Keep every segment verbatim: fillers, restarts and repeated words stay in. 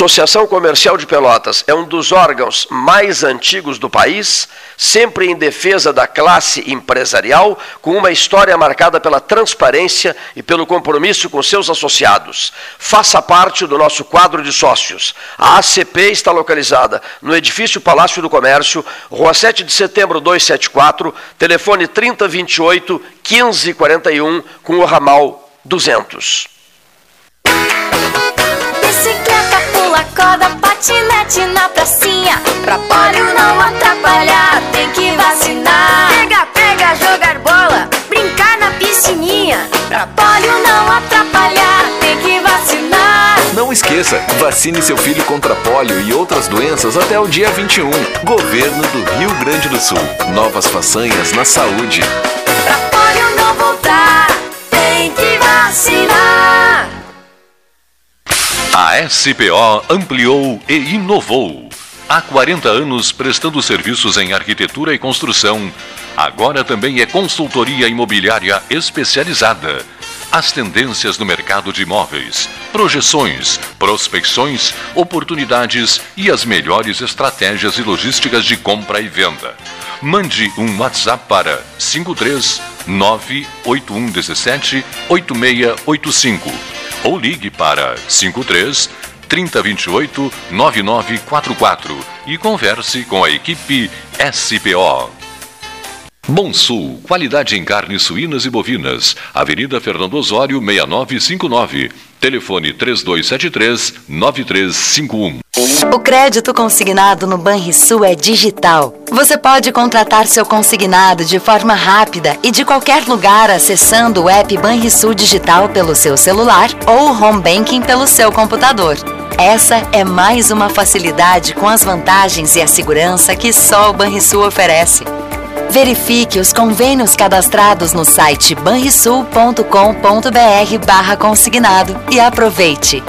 Associação Comercial de Pelotas é um dos órgãos mais antigos do país, sempre em defesa da classe empresarial, com uma história marcada pela transparência e pelo compromisso com seus associados. Faça parte do nosso quadro de sócios. A A C P está localizada no edifício Palácio do Comércio, Rua sete de setembro duzentos e setenta e quatro, telefone trinta, vinte e oito, quinze, quarenta e um, com o ramal duzentos. Bicicleta, pula, corda, patinete na pracinha. Pra polio não atrapalhar, tem que vacinar. Pega, pega, jogar bola, brincar na piscininha. Pra polio não atrapalhar, tem que vacinar. Não esqueça, vacine seu filho contra polio e outras doenças até o dia vinte e um. Governo do Rio Grande do Sul. Novas façanhas na saúde. Pra polio não voltar, tem que vacinar. A S P O ampliou e inovou. Há quarenta anos prestando serviços em arquitetura e construção. Agora também é consultoria imobiliária especializada. As tendências no mercado de imóveis, projeções, prospecções, oportunidades e as melhores estratégias e logísticas de compra e venda. Mande um WhatsApp para cinco três nove oito um um sete oito seis oito cinco ou ligue para cinco três, trinta, vinte e oito, nove nove quatro quatro e converse com a equipe S P O. Bom Sul, qualidade em carnes suínas e bovinas. Avenida Fernando Osório, seis nove cinco nove. Telefone três dois sete três, nove três cinco um. O crédito consignado no Banrisul é digital. Você pode contratar seu consignado de forma rápida e de qualquer lugar acessando o app Banrisul Digital pelo seu celular ou o Home Banking pelo seu computador. Essa é mais uma facilidade com as vantagens e a segurança que só o Banrisul oferece. Verifique os convênios cadastrados no site banrisul ponto com ponto br barra consignado e aproveite.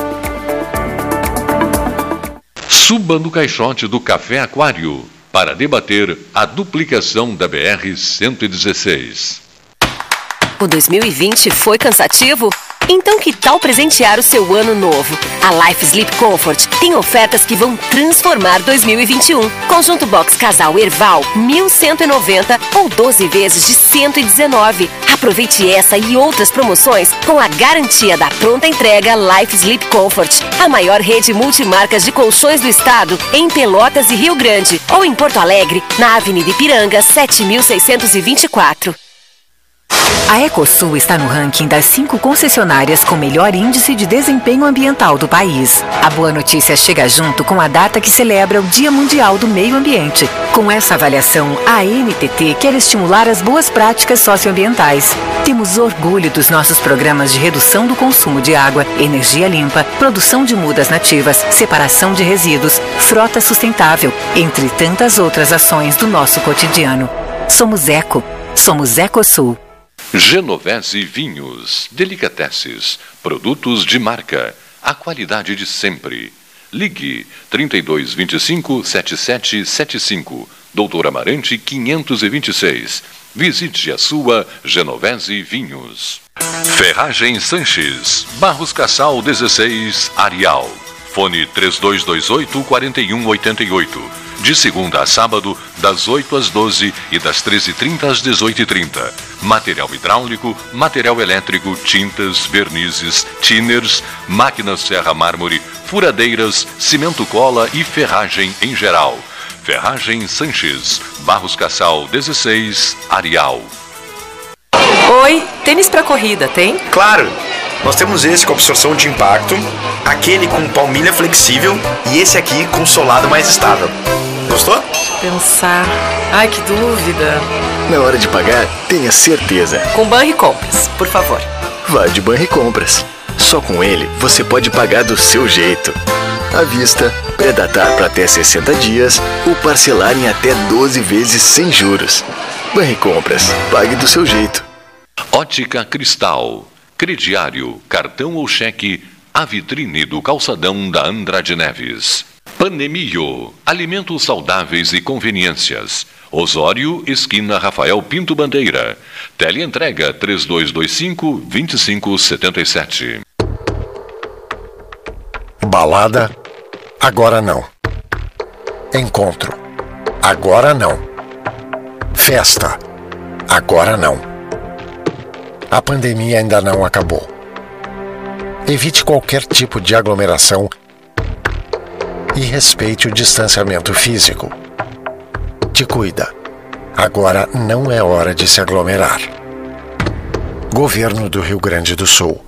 Suba no caixote do Café Aquário para debater a duplicação da B R cento e dezesseis. O dois mil e vinte foi cansativo? Então que tal presentear o seu ano novo? A Life Sleep Comfort tem ofertas que vão transformar dois mil e vinte e um. Conjunto Box Casal Erval, mil cento e noventa ou doze vezes de cento e dezenove. Aproveite essa e outras promoções com a garantia da pronta entrega Life Sleep Comfort. A maior rede multimarcas de colchões do estado em Pelotas e Rio Grande ou em Porto Alegre, na Avenida Ipiranga, sete mil seiscentos e vinte e quatro. A Ecosul está no ranking das cinco concessionárias com melhor índice de desempenho ambiental do país. A boa notícia chega junto com a data que celebra o Dia Mundial do Meio Ambiente. Com essa avaliação, a N T T quer estimular as boas práticas socioambientais. Temos orgulho dos nossos programas de redução do consumo de água, energia limpa, produção de mudas nativas, separação de resíduos, frota sustentável, entre tantas outras ações do nosso cotidiano. Somos Eco. Somos Ecosul. Genovese Vinhos, Delicateces, produtos de marca, a qualidade de sempre. Ligue trinta e dois, vinte e cinco, setenta e sete setenta e cinco, Doutor Amarante quinhentos e vinte e seis. Visite a sua Genovese Vinhos. Ferragem Sanches, Barros Cassal dezesseis, Arial. Fone três dois dois oito, quatro um oito oito. De segunda a sábado, das oito às doze e das treze e trinta às dezoito e trinta. Material hidráulico, material elétrico, tintas, vernizes, tinners, máquinas serra mármore, furadeiras, cimento cola e ferragem em geral. Ferragem Sanches, Barros Cassal dezesseis, Arial. Oi, tênis pra corrida, tem? Claro! Nós temos esse com absorção de impacto, aquele com palmilha flexível e esse aqui com solado mais estável. Gostou? Deixa eu pensar. Ai, que dúvida. Na hora de pagar, tenha certeza. Com Banricompras, por favor. Vá de Banricompras. Só com ele, você pode pagar do seu jeito. À vista, pré-datar para até sessenta dias ou parcelar em até doze vezes sem juros. Banricompras. Pague do seu jeito. Ótica Cristal. Crediário, cartão ou cheque, a vitrine do calçadão da Andrade Neves. Panemio, alimentos saudáveis e conveniências. Osório, esquina Rafael Pinto Bandeira. Teleentrega três dois dois cinco, dois cinco sete sete. Balada, agora não. Encontro, agora não. Festa, agora não. A pandemia ainda não acabou. Evite qualquer tipo de aglomeração e respeite o distanciamento físico. Te cuida. Agora não é hora de se aglomerar. Governo do Rio Grande do Sul.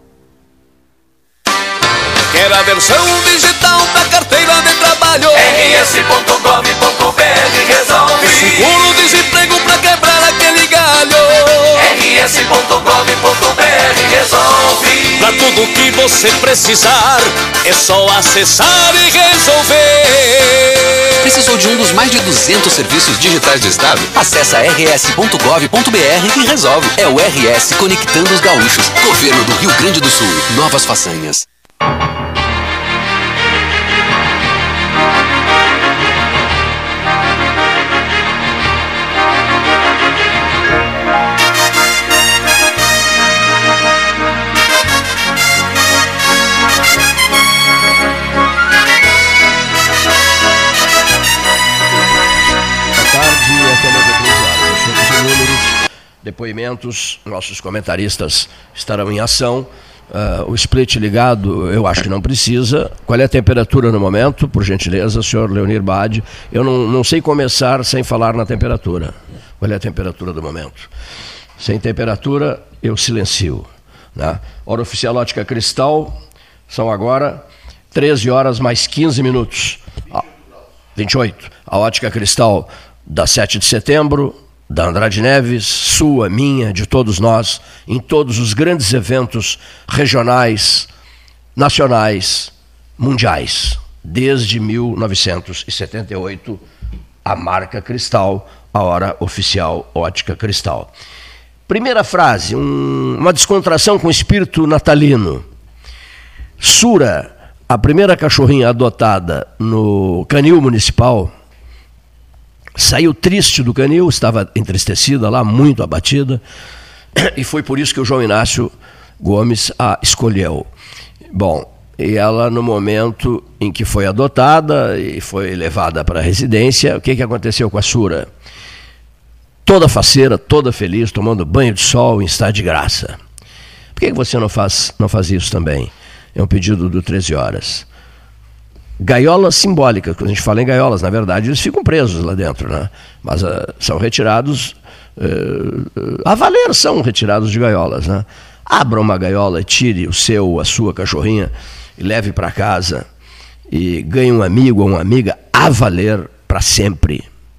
Quer a versão digital da carteira de trabalho? R S ponto gov ponto b r resolve. Seguro-desemprego pra quebrar aquele galho. R S ponto gov ponto b r resolve. Pra tudo que você precisar, é só acessar e resolver. Precisou de um dos mais de duzentos serviços digitais do Estado? Acesse r s ponto gov ponto b r e resolve. É o R S conectando os gaúchos. Governo do Rio Grande do Sul. Novas façanhas. Depoimentos, nossos comentaristas estarão em ação. Uh, o split ligado, eu acho que não precisa. Qual é a temperatura no momento? Por gentileza, senhor Leonir Bade. Eu não, não sei começar sem falar na temperatura. Qual é a temperatura do momento? Sem temperatura, eu silencio. Né? Hora oficial Ótica Cristal, são agora treze horas mais quinze minutos. Ah, vinte e oito. A Ótica Cristal da sete de setembro, da Andrade Neves, sua, minha, de todos nós, em todos os grandes eventos regionais, nacionais, mundiais. Desde mil novecentos e setenta e oito, a marca Cristal, a hora oficial Ótica Cristal. Primeira frase, um, uma descontração com espírito natalino. Sura, a primeira cachorrinha adotada no canil municipal, saiu triste do canil, estava entristecida lá, muito abatida, e foi por isso que o João Inácio Gomes a escolheu. Bom, e ela, no momento em que foi adotada e foi levada para a residência, o que, que aconteceu com a Sura? Toda faceira, toda feliz, tomando banho de sol em estado de graça. Por que, que você não faz, não faz isso também? É um pedido do treze horas. Gaiolas simbólicas, quando a gente fala em gaiolas, na verdade eles ficam presos lá dentro, né? Mas uh, são retirados, uh, a valer são retirados de gaiolas, né? Abra uma gaiola e tire o seu, a sua cachorrinha e leve para casa e ganhe um amigo ou uma amiga a valer para sempre.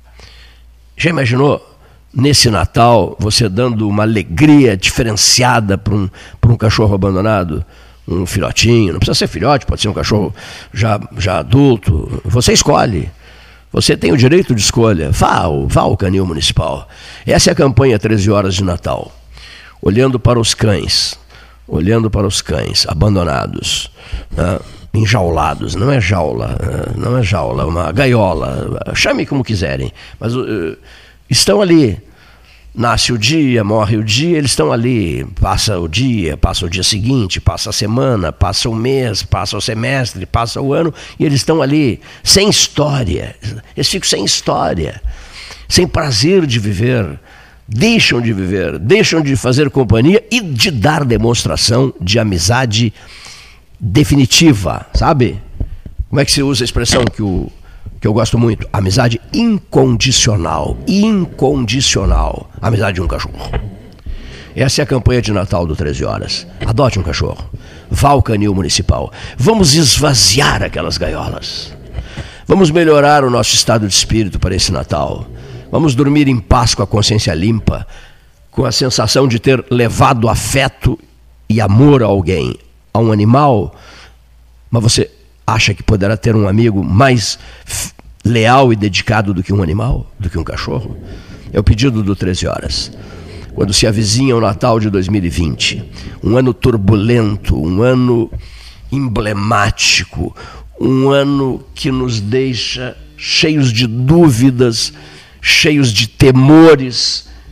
Já imaginou, nesse Natal, você dando uma alegria diferenciada para um, para um cachorro abandonado? Um filhotinho, não precisa ser filhote, pode ser um cachorro já, já adulto. Você escolhe. Você tem o direito de escolha. Vá ao, vá ao canil municipal. Essa é a campanha treze horas de Natal. Olhando para os cães, olhando para os cães abandonados, né, enjaulados. Não é jaula, não é jaula, é uma gaiola. Chame como quiserem. Mas uh, estão ali. Nasce o dia, morre o dia, eles estão ali, passa o dia, passa o dia seguinte, passa a semana, passa o mês, passa o semestre, passa o ano, e eles estão ali, sem história, eles ficam sem história, sem prazer de viver, deixam de viver, deixam de fazer companhia e de dar demonstração de amizade definitiva, sabe? Como é que se usa a expressão que o que eu gosto muito? Amizade incondicional. Incondicional. Amizade de um cachorro. Essa é a campanha de Natal do treze horas. Adote um cachorro. Vá ao canil municipal. Vamos esvaziar aquelas gaiolas. Vamos melhorar o nosso estado de espírito para esse Natal. Vamos dormir em paz com a consciência limpa, com a sensação de ter levado afeto e amor a alguém, a um animal. Mas você acha que poderá ter um amigo mais leal e dedicado do que um animal, do que um cachorro? É o pedido do treze horas. Quando se avizinha o Natal de dois mil e vinte, um ano turbulento, um ano emblemático, um ano que nos deixa cheios de dúvidas, cheios de temores,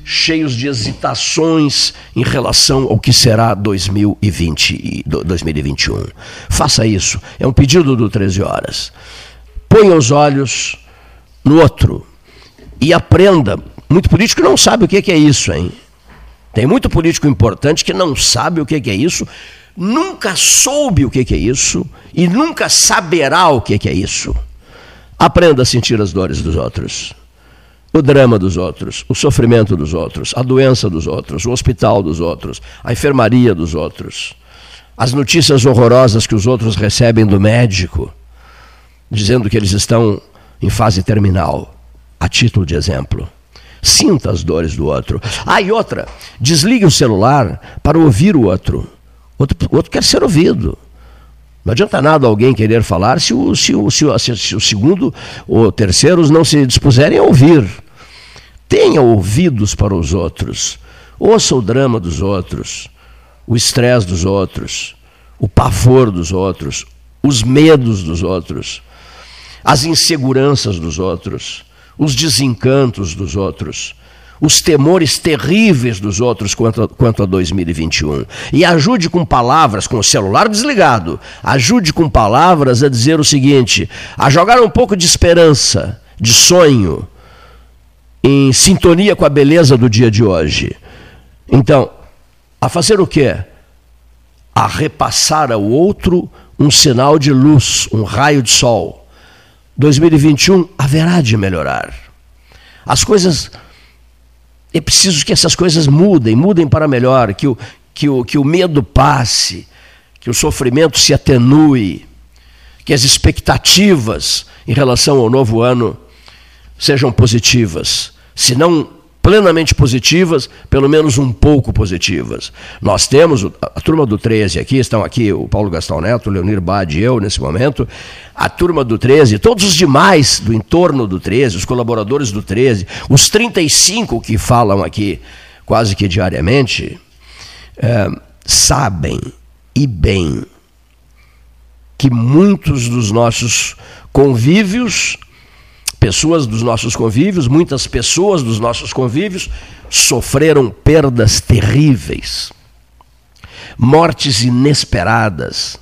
cheios de hesitações em relação ao que será dois mil e vinte, dois mil e vinte e um. Faça isso, é um pedido do treze horas. Ponha os olhos no outro e aprenda. Muito político não sabe o que é isso, hein? Tem muito político importante que não sabe o que é isso, nunca soube o que é isso e nunca saberá o que é isso. Aprenda a sentir as dores dos outros. O drama dos outros, o sofrimento dos outros, a doença dos outros, o hospital dos outros, a enfermaria dos outros, as notícias horrorosas que os outros recebem do médico, dizendo que eles estão em fase terminal, a título de exemplo. Sinta as dores do outro. Ah, e outra, desligue o celular para ouvir o outro. Outro, o outro quer ser ouvido. Não adianta nada alguém querer falar se o, se o, se o, se o segundo ou terceiros não se dispuserem a ouvir. Tenha ouvidos para os outros. Ouça o drama dos outros, o estresse dos outros, o pavor dos outros, os medos dos outros, as inseguranças dos outros, os desencantos dos outros, os temores terríveis dos outros quanto a, quanto a dois mil e vinte e um. E ajude com palavras, com o celular desligado, ajude com palavras a dizer o seguinte, a jogar um pouco de esperança, de sonho, em sintonia com a beleza do dia de hoje. Então, a fazer o quê? A repassar ao outro um sinal de luz, um raio de sol. dois mil e vinte e um haverá de melhorar. As coisas... É preciso que essas coisas mudem, mudem para melhor, que o, que o, que o medo passe, que o sofrimento se atenue, que as expectativas em relação ao novo ano sejam positivas. Se não plenamente positivas, pelo menos um pouco positivas. Nós temos, a turma do treze aqui, estão aqui o Paulo Gastão Neto, o Leonir Bade e eu nesse momento, a turma do treze, todos os demais do entorno do treze, os colaboradores do treze, os trinta e cinco que falam aqui quase que diariamente, é, sabem e bem que muitos dos nossos convívios, pessoas dos nossos convívios, muitas pessoas dos nossos convívios sofreram perdas terríveis, mortes inesperadas,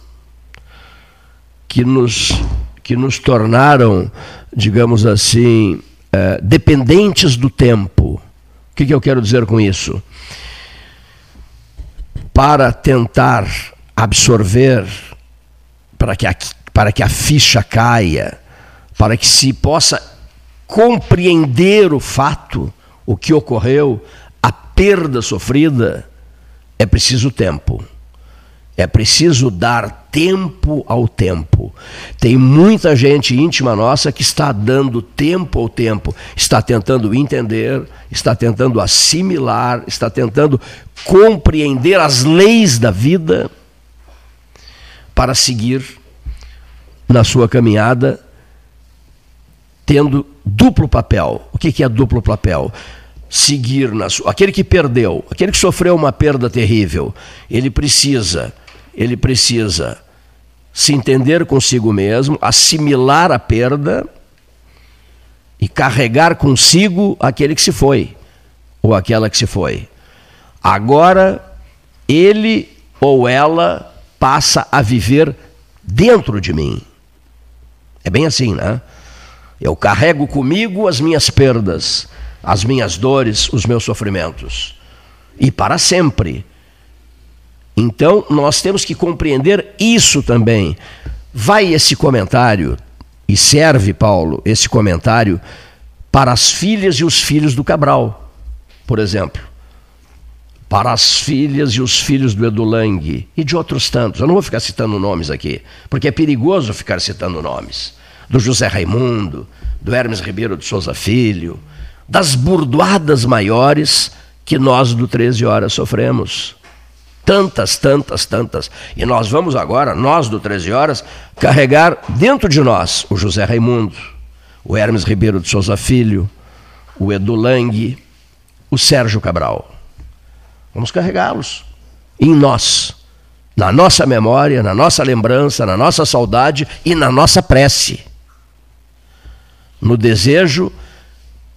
que nos, que nos tornaram, digamos assim, eh, dependentes do tempo. O que, que eu quero dizer com isso? Para tentar absorver, para que a, para que a ficha caia, para que se possa compreender o fato, o que ocorreu, a perda sofrida, é preciso tempo. É preciso dar tempo ao tempo. Tem muita gente íntima nossa que está dando tempo ao tempo, está tentando entender, está tentando assimilar, está tentando compreender as leis da vida para seguir na sua caminhada, tendo duplo papel. O que é duplo papel? Seguir na sua... Aquele que perdeu, aquele que sofreu uma perda terrível, ele precisa, ele precisa se entender consigo mesmo, assimilar a perda e carregar consigo aquele que se foi, ou aquela que se foi. Agora, ele ou ela passa a viver dentro de mim. É bem assim, né? Eu carrego comigo as minhas perdas, as minhas dores, os meus sofrimentos. E para sempre. Então, nós temos que compreender isso também. Vai esse comentário, e serve, Paulo, esse comentário, para as filhas e os filhos do Cabral, por exemplo. Para as filhas e os filhos do Edulang e de outros tantos. Eu não vou ficar citando nomes aqui, porque é perigoso ficar citando nomes. Do José Raimundo, do Hermes Ribeiro de Souza Filho, das burdoadas maiores que nós do treze horas sofremos. Tantas, tantas, tantas. E nós vamos agora, nós do treze horas, carregar dentro de nós o José Raimundo, o Hermes Ribeiro de Souza Filho, o Edulang, o Sérgio Cabral. Vamos carregá-los em nós, na nossa memória, na nossa lembrança, na nossa saudade e na nossa prece. No desejo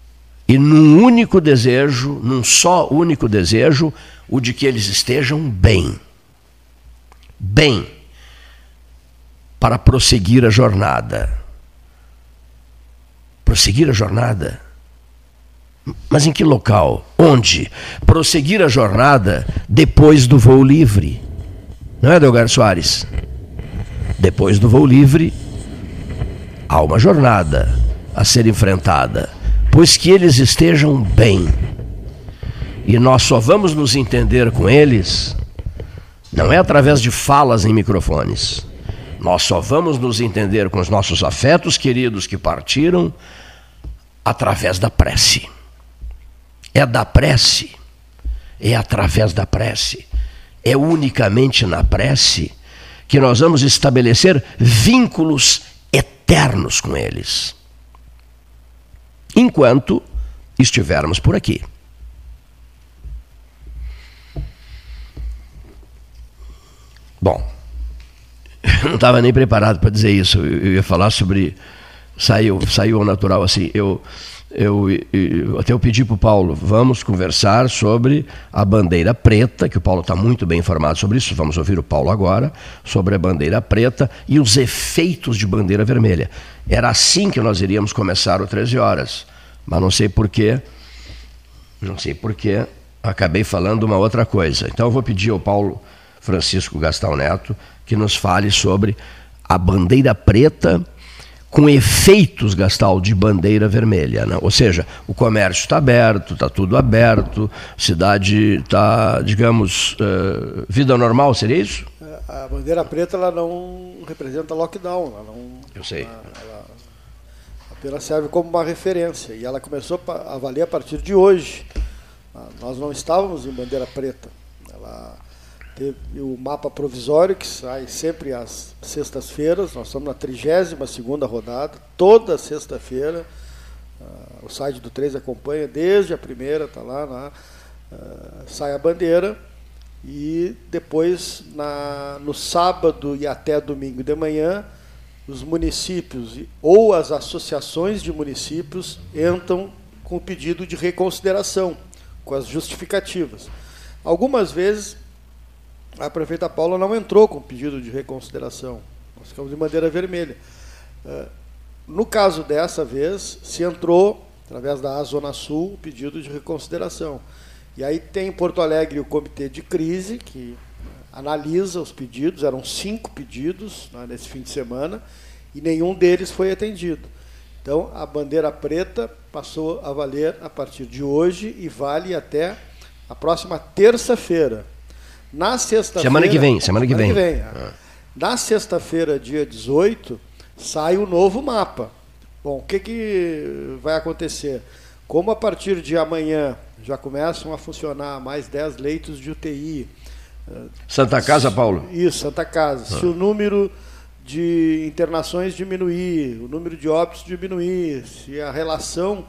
e num único desejo, num só único desejo, o de que eles estejam bem. Bem, para prosseguir a jornada. Prosseguir a jornada? Mas em que local? Onde? Prosseguir a jornada depois do voo livre. Não é, Delgar Soares? Depois do voo livre, há uma jornada a ser enfrentada, pois que eles estejam bem. E nós só vamos nos entender com eles, não é através de falas em microfones. Nós só vamos nos entender com os nossos afetos queridos que partiram através da prece. É da prece, é através da prece, é unicamente na prece que nós vamos estabelecer vínculos eternos com eles, enquanto estivermos por aqui. Bom, eu não estava nem preparado para dizer isso. Eu ia falar sobre... Saiu, saiu ao natural assim. Eu, eu, eu até eu pedi para o Paulo, vamos conversar sobre a bandeira preta, que o Paulo está muito bem informado sobre isso, vamos ouvir o Paulo agora, sobre a bandeira preta e os efeitos de bandeira vermelha. Era assim que nós iríamos começar o treze horas, mas não sei porquê, não sei porquê, acabei falando uma outra coisa. Então eu vou pedir ao Paulo Francisco Gastão Neto que nos fale sobre a bandeira preta com efeitos, Gastal, de bandeira vermelha, né? Ou seja, o comércio está aberto, está tudo aberto, cidade está, digamos, uh, vida normal, seria isso? A bandeira preta ela não representa lockdown, ela não, eu sei. Ela, ela apenas serve como uma referência e ela começou a valer a partir de hoje. Nós não estávamos em bandeira preta, ela teve o mapa provisório que sai sempre às sextas-feiras, nós estamos na trigésima segunda rodada, toda sexta-feira, uh, o site do treze acompanha, desde a primeira, está lá, na, uh, sai a bandeira, e depois, na, no sábado e até domingo de manhã, os municípios ou as associações de municípios entram com o pedido de reconsideração, com as justificativas. Algumas vezes, a prefeita Paula não entrou com pedido de reconsideração. Nós ficamos em bandeira vermelha. No caso dessa vez, se entrou, através da Zona Sul, o pedido de reconsideração. E aí tem em Porto Alegre o comitê de crise, que analisa os pedidos, eram cinco pedidos, né, nesse fim de semana, e nenhum deles foi atendido. Então, a bandeira preta passou a valer a partir de hoje e vale até a próxima terça-feira. Na sexta-feira... Semana que vem, semana que semana vem. Que vem ah. Na sexta-feira, dia dezoito, sai o novo mapa. Bom, o que, que vai acontecer? Como a partir de amanhã já começam a funcionar mais dez leitos de U T I... Santa Casa, Paulo? Isso, Santa Casa. Ah. Se o número de internações diminuir, o número de óbitos diminuir, se a relação,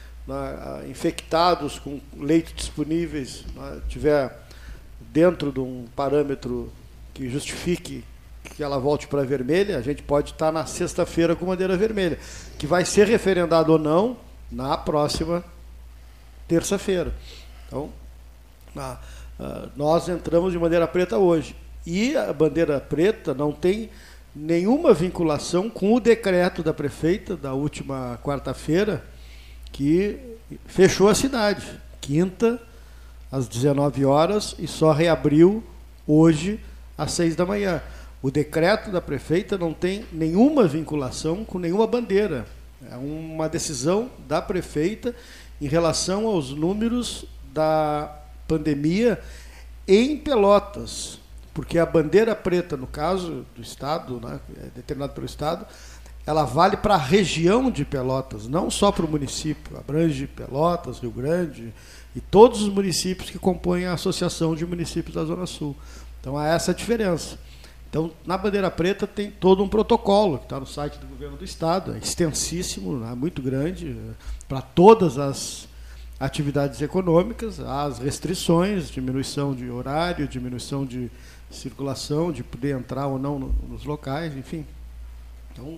né, infectados com leitos disponíveis, né, tiver dentro de um parâmetro que justifique que ela volte para a vermelha, a gente pode estar na sexta-feira com bandeira vermelha, que vai ser referendado ou não na próxima terça-feira. Então, na, uh, nós entramos de bandeira preta hoje. E a bandeira preta não tem nenhuma vinculação com o decreto da prefeita da última quarta-feira, que fechou a cidade. Quinta, às dezenove horas, e só reabriu hoje às seis da manhã. O decreto da prefeita não tem nenhuma vinculação com nenhuma bandeira. É uma decisão da prefeita em relação aos números da pandemia em Pelotas, porque a bandeira preta, no caso do Estado, né, é determinado pelo Estado, ela vale para a região de Pelotas, não só para o município, abrange Pelotas, Rio Grande e todos os municípios que compõem a Associação de Municípios da Zona Sul. Então, há essa diferença. Então, na bandeira preta tem todo um protocolo, que está no site do governo do Estado, é extensíssimo, é muito grande, para todas as atividades econômicas, as restrições, diminuição de horário, diminuição de circulação, de poder entrar ou não nos locais, enfim. Então,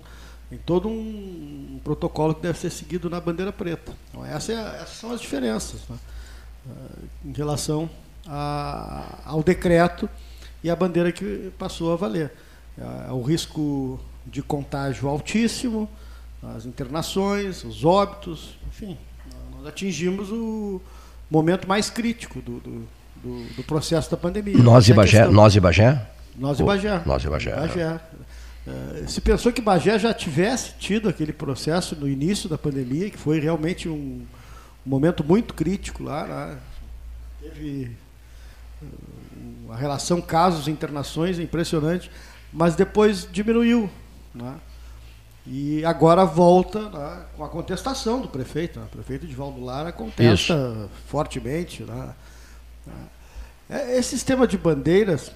Tem todo um, um protocolo que deve ser seguido na bandeira preta. Então, essa é, essas são as diferenças, né, em relação a, ao decreto e a bandeira que passou a valer. É, o risco de contágio altíssimo, as internações, os óbitos, enfim, nós atingimos o momento mais crítico do, do, do, do processo da pandemia. Nós e Bagé? Nós e Bagé? Nós e Bagé. Nós e Bagé. Bagé. Uh, se pensou que Bagé já tivesse tido aquele processo no início da pandemia, que foi realmente um, um momento muito crítico lá, lá. Teve uh, a relação casos, internações, impressionante, mas depois diminuiu, né? E agora volta, né, com a contestação do prefeito. Né? O prefeito Edivaldo Lara contesta Isso. fortemente. Né? Esse sistema de bandeiras,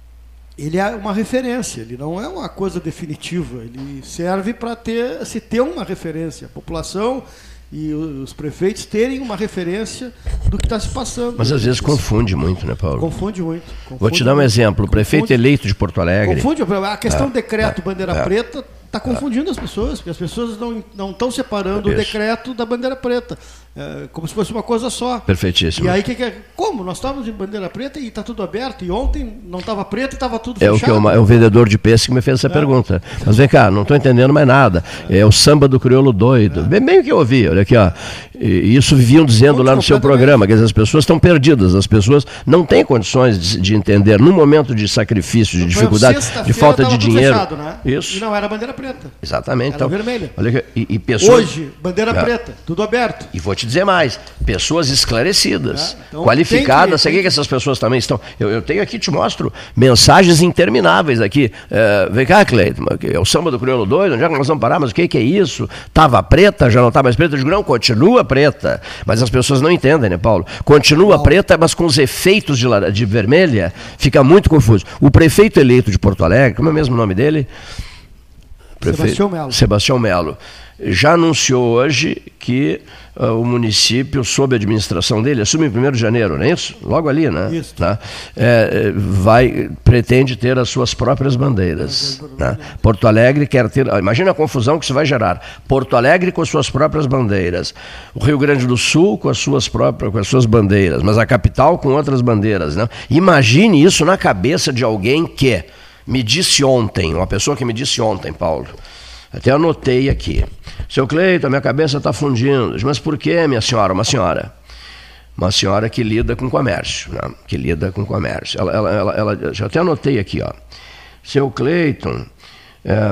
ele é uma referência, ele não é uma coisa definitiva, ele serve para ter, se ter uma referência. A população e os prefeitos terem uma referência do que está se passando. Mas às vezes confunde muito, né, Paulo? Confunde muito. Confunde Vou te dar um muito. exemplo. O prefeito Confunde. eleito de Porto Alegre... Confunde. A questão ah, do decreto ah, bandeira ah, preta está confundindo ah, as pessoas, porque as pessoas não não estão separando isso. o decreto da bandeira preta, é, como se fosse uma coisa só. Perfeitíssimo. E aí, que que é? Como? Nós estávamos em bandeira preta e está tudo aberto, e ontem não estava preto e estava tudo é fechado. O que eu, é o vendedor de peixe que me fez essa é. pergunta. Mas vem cá, não estou entendendo mais nada. É, é o samba do crioulo doido. É. Bem, bem o que eu ouvi, olha aqui, ó. E isso viviam dizendo lá no seu programa, que as pessoas estão perdidas, as pessoas não têm condições de, de entender, num momento de sacrifício, de dificuldade, de falta de dinheiro. Fechado, né? Isso. E não era bandeira preta. Exatamente. Era então, vermelha. Olha aqui, e, e pessoas, hoje, bandeira é. preta, tudo aberto. E vou te dizer mais, pessoas esclarecidas, é. então, qualificadas, sei que, que essas pessoas também estão. Eu, eu tenho aqui, te mostro, mensagens intermináveis aqui. É, vem cá, Cleiton, é o samba do crioulo doido, onde é que nós vamos parar? Mas o que, que é isso? Estava preta, já não está mais preta? Eu digo, não, continua preta. Mas as pessoas não entendem, né, Paulo? Continua não. preta, mas com os efeitos de, de vermelha, fica muito confuso. O prefeito eleito de Porto Alegre, como é o mesmo nome dele? Prefeito, Sebastião Melo. Sebastião Melo. Já anunciou hoje que uh, o município, sob a administração dele, assume em primeiro de janeiro, não é isso? Logo ali, né? Isso. Né? É, vai, pretende ter as suas próprias bandeiras. Né? Porto Alegre quer ter... Imagina a confusão que isso vai gerar. Porto Alegre com as suas próprias bandeiras. O Rio Grande do Sul com as suas próprias com as suas bandeiras. Mas a capital com outras bandeiras. Né? Imagine isso na cabeça de alguém que... Me disse ontem, uma pessoa que me disse ontem, Paulo, até anotei aqui. Seu Cleiton, minha cabeça está fundindo. Mas por quê, minha senhora? Uma senhora. Uma senhora que lida com comércio, né? Que lida com comércio. Ela, ela, ela, ela, já até anotei aqui, ó. Seu Cleiton, é,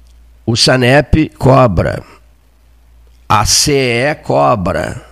o Sanep cobra, a C E cobra,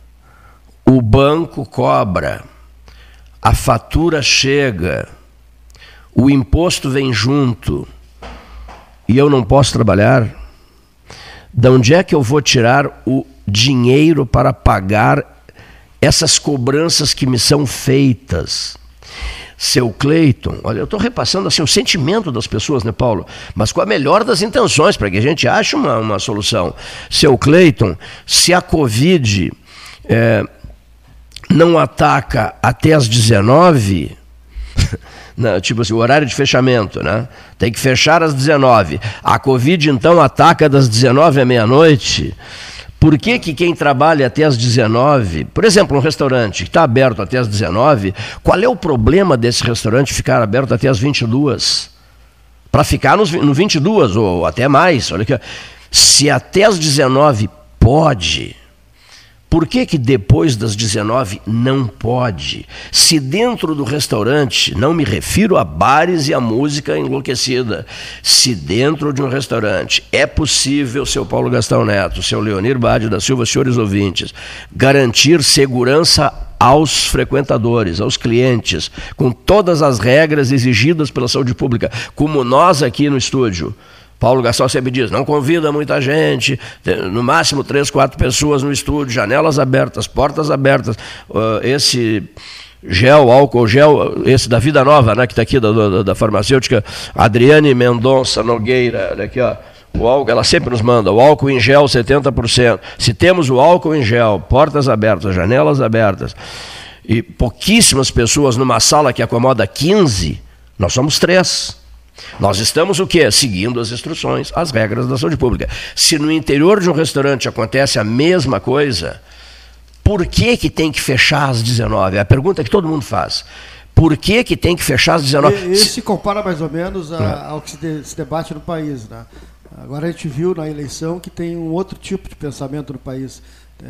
o banco cobra, a fatura chega, o imposto vem junto e eu não posso trabalhar? De onde é que eu vou tirar o dinheiro para pagar essas cobranças que me são feitas? Seu Cleiton, olha, eu estou repassando assim, o sentimento das pessoas, né, Paulo? Mas com a melhor das intenções, para que a gente ache uma, uma solução. Seu Cleiton, se a Covid é, não ataca até as dezenove... Não, tipo assim, o horário de fechamento, né? Tem que fechar às dezenove. A Covid, então, ataca das dezenove à meia-noite. Por que que quem trabalha até às dezenove, por exemplo, um restaurante que está aberto até às dezenove, qual é o problema desse restaurante ficar aberto até às vinte e duas? Para ficar nos, no vinte e duas ou até mais. Olha aqui. Se até às dezenove pode... Por que que depois das dezenove não pode? Se dentro do restaurante, não me refiro a bares e a música enlouquecida, se dentro de um restaurante é possível, seu Paulo Gastão Neto, seu Leonir Bade da Silva, senhores ouvintes, garantir segurança aos frequentadores, aos clientes, com todas as regras exigidas pela saúde pública, como nós aqui no estúdio, Paulo Gastão sempre diz, não convida muita gente, no máximo três, quatro pessoas no estúdio, janelas abertas, portas abertas, uh, esse gel, álcool gel, esse da Vida Nova, né, que está aqui da, da, da farmacêutica, Adriane Mendonça Nogueira, olha aqui, ó, o álcool, ela sempre nos manda, o álcool em gel setenta por cento, se temos o álcool em gel, portas abertas, janelas abertas, e pouquíssimas pessoas numa sala que acomoda quinze, nós somos três. Nós estamos o quê? Seguindo as instruções, as regras da saúde pública. Se no interior de um restaurante acontece a mesma coisa, por que que tem que fechar às dezenove? É a pergunta que todo mundo faz. Por que que tem que fechar às dezenove? Esse se compara mais ou menos a, ao que se, de, se debate no país, né? Agora a gente viu na eleição que tem um outro tipo de pensamento no país.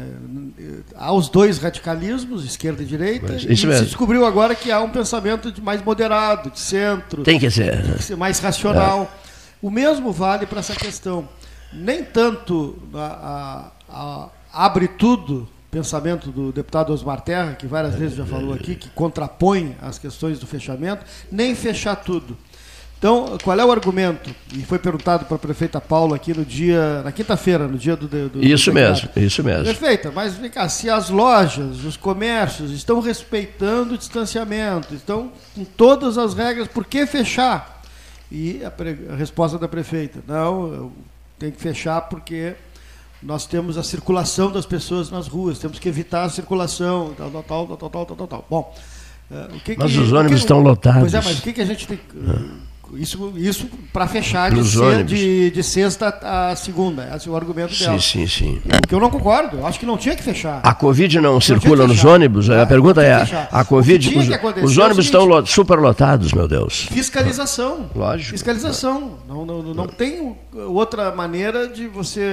É, há os dois radicalismos, esquerda e direita, Mas, e isso se mesmo. descobriu agora que há um pensamento de mais moderado, de centro. Tem que ser. Tem que ser mais racional. É. O mesmo vale para essa questão. Nem tanto a, a, a, abre tudo, pensamento do deputado Osmar Terra, que várias vezes já falou aqui, que contrapõe as questões do fechamento, nem fechar tudo. Então, qual é o argumento? E foi perguntado para a prefeita Paula aqui no dia, na quinta-feira, no dia do, do Isso do mesmo, isso mesmo. Prefeita, mas vem cá, se as lojas, os comércios estão respeitando o distanciamento, estão com todas as regras, por que fechar? E a, pre, a resposta da prefeita, não, tem que fechar porque nós temos a circulação das pessoas nas ruas, temos que evitar a circulação, tal, tal, tal, tal, tal, tal, tal, tal. Bom, uh, o que mas que, os ônibus que, estão lotados. Pois é, mas o que, que a gente tem... Uh, Isso, isso para fechar de, ser, de, de sexta a segunda. Esse é o argumento sim, dela. Sim, sim, sim. O que eu não concordo. Eu acho que não tinha que fechar. A Covid não, não circula nos fechar. ônibus? A Ah, pergunta é, a Covid, os, os ônibus é estão lo, superlotados, meu Deus. Fiscalização. Lógico. Fiscalização. Não, não, não tem outra maneira de você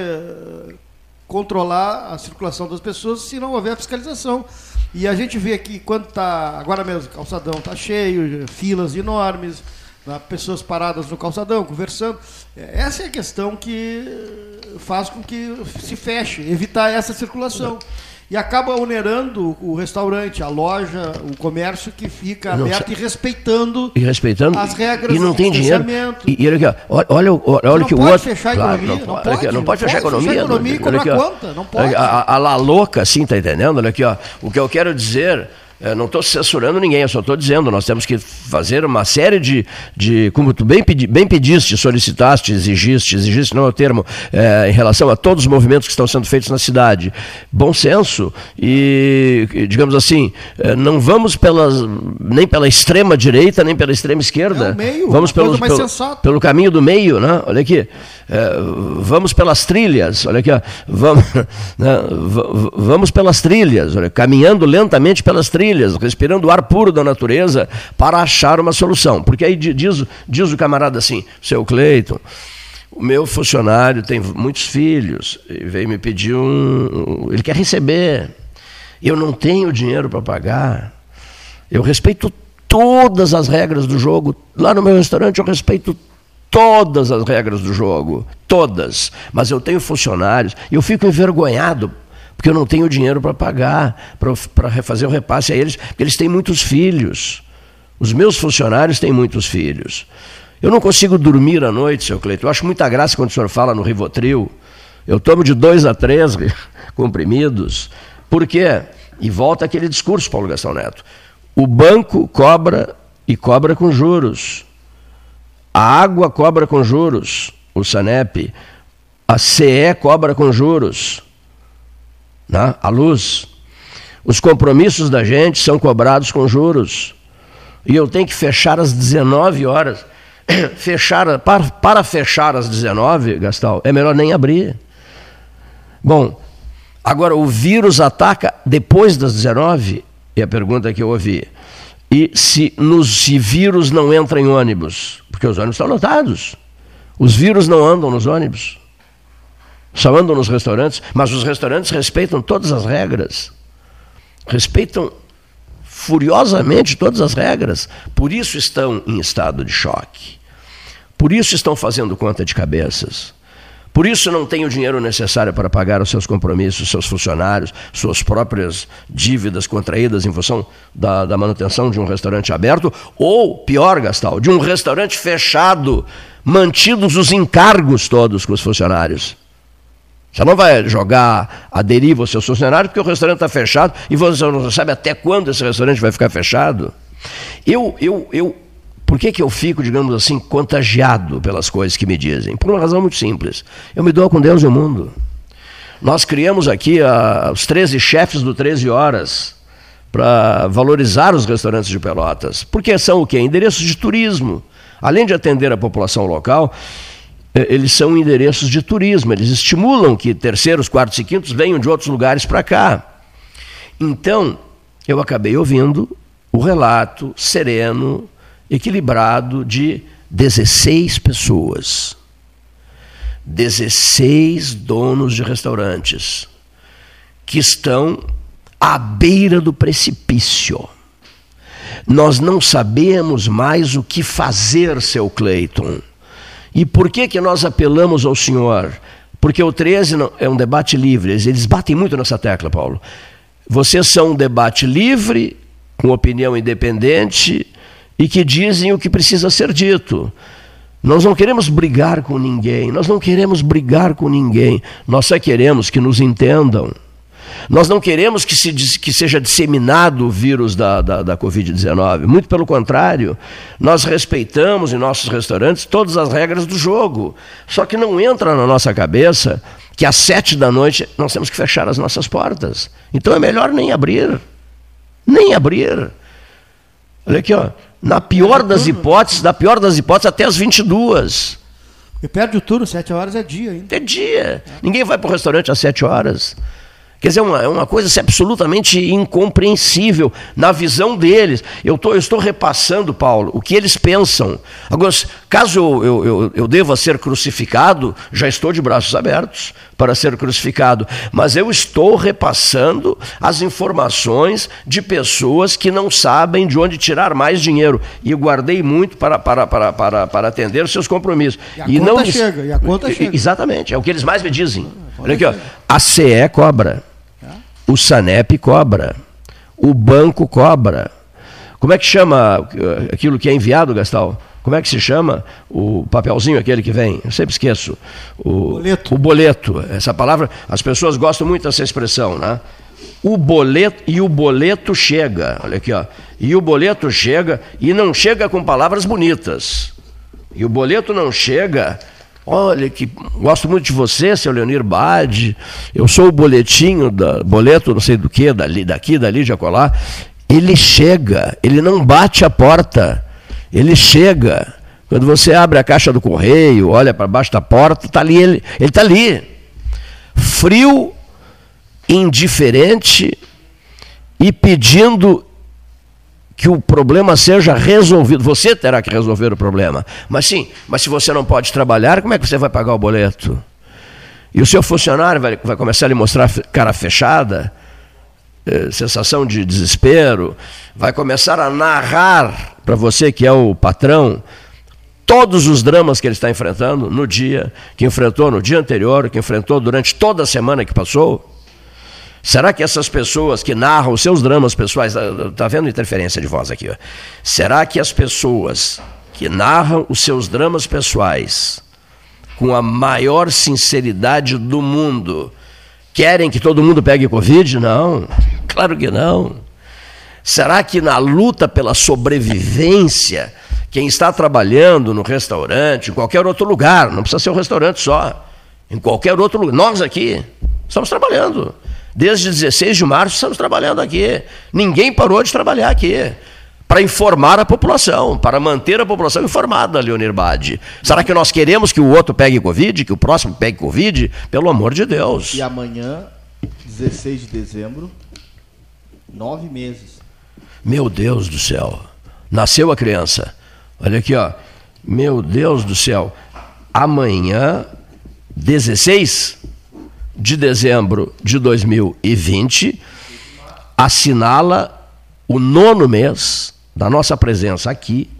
controlar a circulação das pessoas se não houver fiscalização. E a gente vê aqui, quando está, agora mesmo, o calçadão está cheio, filas enormes, pessoas paradas no calçadão, conversando. Essa é a questão que faz com que se feche, evitar essa circulação. E acaba onerando o restaurante, a loja, o comércio que fica não, aberto e respeitando, e respeitando as regras e não de tem dinheiro. distanciamento. E, e olha aqui, ó, olha, olha, olha que o pode outro. Fechar a claro, economia, não, não, pode, pode, não pode fechar a economia. Fechar a economia e cobrar aqui, ó, conta, não pode. A, a, a La Louca, assim, tá entendendo? Olha aqui, ó. O que eu quero dizer. Eu não estou censurando ninguém, eu só estou dizendo, nós temos que fazer uma série de, de como tu bem, pedi, bem pediste, solicitaste, exigiste, exigiste não é o termo, é, em relação a todos os movimentos que estão sendo feitos na cidade. Bom senso e, digamos assim, não vamos pelas, nem pela extrema direita, nem pela extrema esquerda. É o meio, vamos pelo, mais pelo, sensato. pelo caminho do meio, né? Olha aqui. É, vamos pelas trilhas, olha aqui, ó, vamos, né, vamos pelas trilhas, olha, caminhando lentamente pelas trilhas, respirando o ar puro da natureza para achar uma solução. Porque aí diz, diz o camarada assim, seu Cleiton, o meu funcionário tem muitos filhos, e veio me pedir um... ele quer receber, eu não tenho dinheiro para pagar, eu respeito todas as regras do jogo, lá no meu restaurante eu respeito todas as regras do jogo, todas, mas eu tenho funcionários e eu fico envergonhado porque eu não tenho dinheiro para pagar, para refazer o repasse a eles, porque eles têm muitos filhos. Os meus funcionários têm muitos filhos. Eu não consigo dormir à noite, seu Cleiton. Eu acho muita graça quando o senhor fala no Rivotril. Eu tomo de dois a três comprimidos. Por quê? E volta aquele discurso, Paulo Gastão Neto. O banco cobra e cobra com juros. A água cobra com juros, o Sanep. A C E cobra com juros. Né? A luz. Os compromissos da gente são cobrados com juros. E eu tenho que fechar às dezenove horas. Fechar, para, para fechar às dezenove, Gastão, é melhor nem abrir. Bom, agora o vírus ataca depois das dezenove? É a pergunta que eu ouvi. E se, nos, se vírus não entra em ônibus? Porque os ônibus estão lotados. Os vírus não andam nos ônibus. Só andam nos restaurantes, mas os restaurantes respeitam todas as regras. Respeitam furiosamente todas as regras. Por isso estão em estado de choque. Por isso estão fazendo conta de cabeças. Por isso não têm o dinheiro necessário para pagar os seus compromissos, seus funcionários, suas próprias dívidas contraídas em função da, da manutenção de um restaurante aberto, ou, pior, Gastal, de um restaurante fechado, mantidos os encargos todos com os funcionários. Você não vai jogar a deriva os seus funcionários porque o restaurante está fechado e você não sabe até quando esse restaurante vai ficar fechado. Eu, eu, eu, por que que eu fico, digamos assim, contagiado pelas coisas que me dizem? Por uma razão muito simples. Eu me dou com Deus e o mundo. Nós criamos aqui a, os treze chefes do treze horas para valorizar os restaurantes de Pelotas. Porque são o quê? Endereços de turismo. Além de atender a população local, eles são endereços de turismo, eles estimulam que terceiros, quartos e quintos venham de outros lugares para cá. Então, eu acabei ouvindo o relato sereno, equilibrado de dezesseis pessoas, dezesseis donos de restaurantes que estão à beira do precipício. Nós não sabemos mais o que fazer, seu Cleiton. E por que que nós apelamos ao senhor? Porque o treze não, é um debate livre, eles batem muito nessa tecla, Paulo. Vocês são um debate livre, com opinião independente, e que dizem o que precisa ser dito. Nós não queremos brigar com ninguém, nós não queremos brigar com ninguém, nós só queremos que nos entendam. Nós não queremos que, se, que seja disseminado o vírus da, da, da covid dezenove, muito pelo contrário, nós respeitamos em nossos restaurantes todas as regras do jogo, só que não entra na nossa cabeça que às sete da noite nós temos que fechar as nossas portas. Então é melhor nem abrir, nem abrir. Olha aqui, ó, na pior das hipóteses, na pior das hipóteses, até às vinte e duas. E perde o turno, sete horas é dia ainda. É dia. Ninguém vai para o restaurante às sete horas. Quer dizer, é uma, uma coisa assim, absolutamente incompreensível na visão deles. Eu, tô, eu estou repassando, Paulo, o que eles pensam. Agora, caso eu, eu, eu, eu deva ser crucificado, já estou de braços abertos para ser crucificado. Mas eu estou repassando as informações de pessoas que não sabem de onde tirar mais dinheiro. E eu guardei muito para, para, para, para, para atender os seus compromissos. E a e conta não, chega, e a conta chega. Exatamente, é o que eles mais me dizem. Olha aqui, ó, a C E cobra. O SANEP cobra, o banco cobra. Como é que chama aquilo que é enviado, Gastal? Como é que se chama o papelzinho aquele que vem? Eu sempre esqueço. O boleto. O boleto. Essa palavra, as pessoas gostam muito dessa expressão, né? O boleto, e o boleto chega, olha aqui, ó. E o boleto chega, e não chega com palavras bonitas. E o boleto não chega... Olha, que gosto muito de você, seu Leonir Bade. Eu sou o boletinho, da, boleto não sei do que, dali, daqui, dali, de acolá. Ele chega, ele não bate a porta, ele chega. Quando você abre a caixa do correio, olha para baixo da porta, está ali, ele está ali. Frio, indiferente e pedindo que o problema seja resolvido. Você terá que resolver o problema. Mas sim, mas se você não pode trabalhar, como é que você vai pagar o boleto? E o seu funcionário vai, vai começar a lhe mostrar cara fechada, eh, sensação de desespero, vai começar a narrar para você, que é o patrão, todos os dramas que ele está enfrentando no dia, que enfrentou no dia anterior, que enfrentou durante toda a semana que passou. Será que essas pessoas que narram os seus dramas pessoais... Está vendo interferência de voz aqui? Ó. Será que as pessoas que narram os seus dramas pessoais com a maior sinceridade do mundo querem que todo mundo pegue Covid? Não, claro que não. Será que na luta pela sobrevivência, quem está trabalhando no restaurante, em qualquer outro lugar, não precisa ser um restaurante só, em qualquer outro lugar, nós aqui estamos trabalhando... Desde dezesseis de março estamos trabalhando aqui. Ninguém parou de trabalhar aqui. Para informar a população, para manter a população informada, Leonir Bade. Será que nós queremos que o outro pegue Covid, que o próximo pegue Covid? Pelo amor de Deus. E amanhã, dezesseis de dezembro, nove meses. Meu Deus do céu. Nasceu a criança. Olha aqui, ó. Meu Deus do céu. Amanhã, dezesseis de dezembro de dois mil e vinte, assinala o nono mês da nossa presença aqui,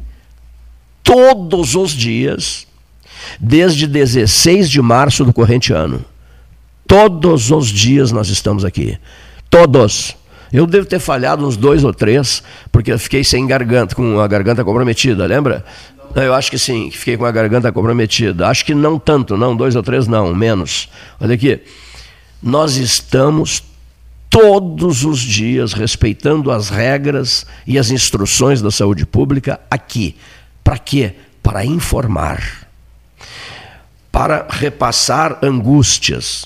todos os dias, desde dezesseis de março do corrente ano. Todos os dias nós estamos aqui. Todos. Eu devo ter falhado uns dois ou três, porque eu fiquei sem garganta, com a garganta comprometida, lembra? Eu acho que sim, fiquei com a garganta comprometida. Acho que não tanto, não, dois ou três não, menos. Olha aqui. Nós estamos todos os dias respeitando as regras e as instruções da saúde pública aqui. Para quê? Para informar, para repassar angústias,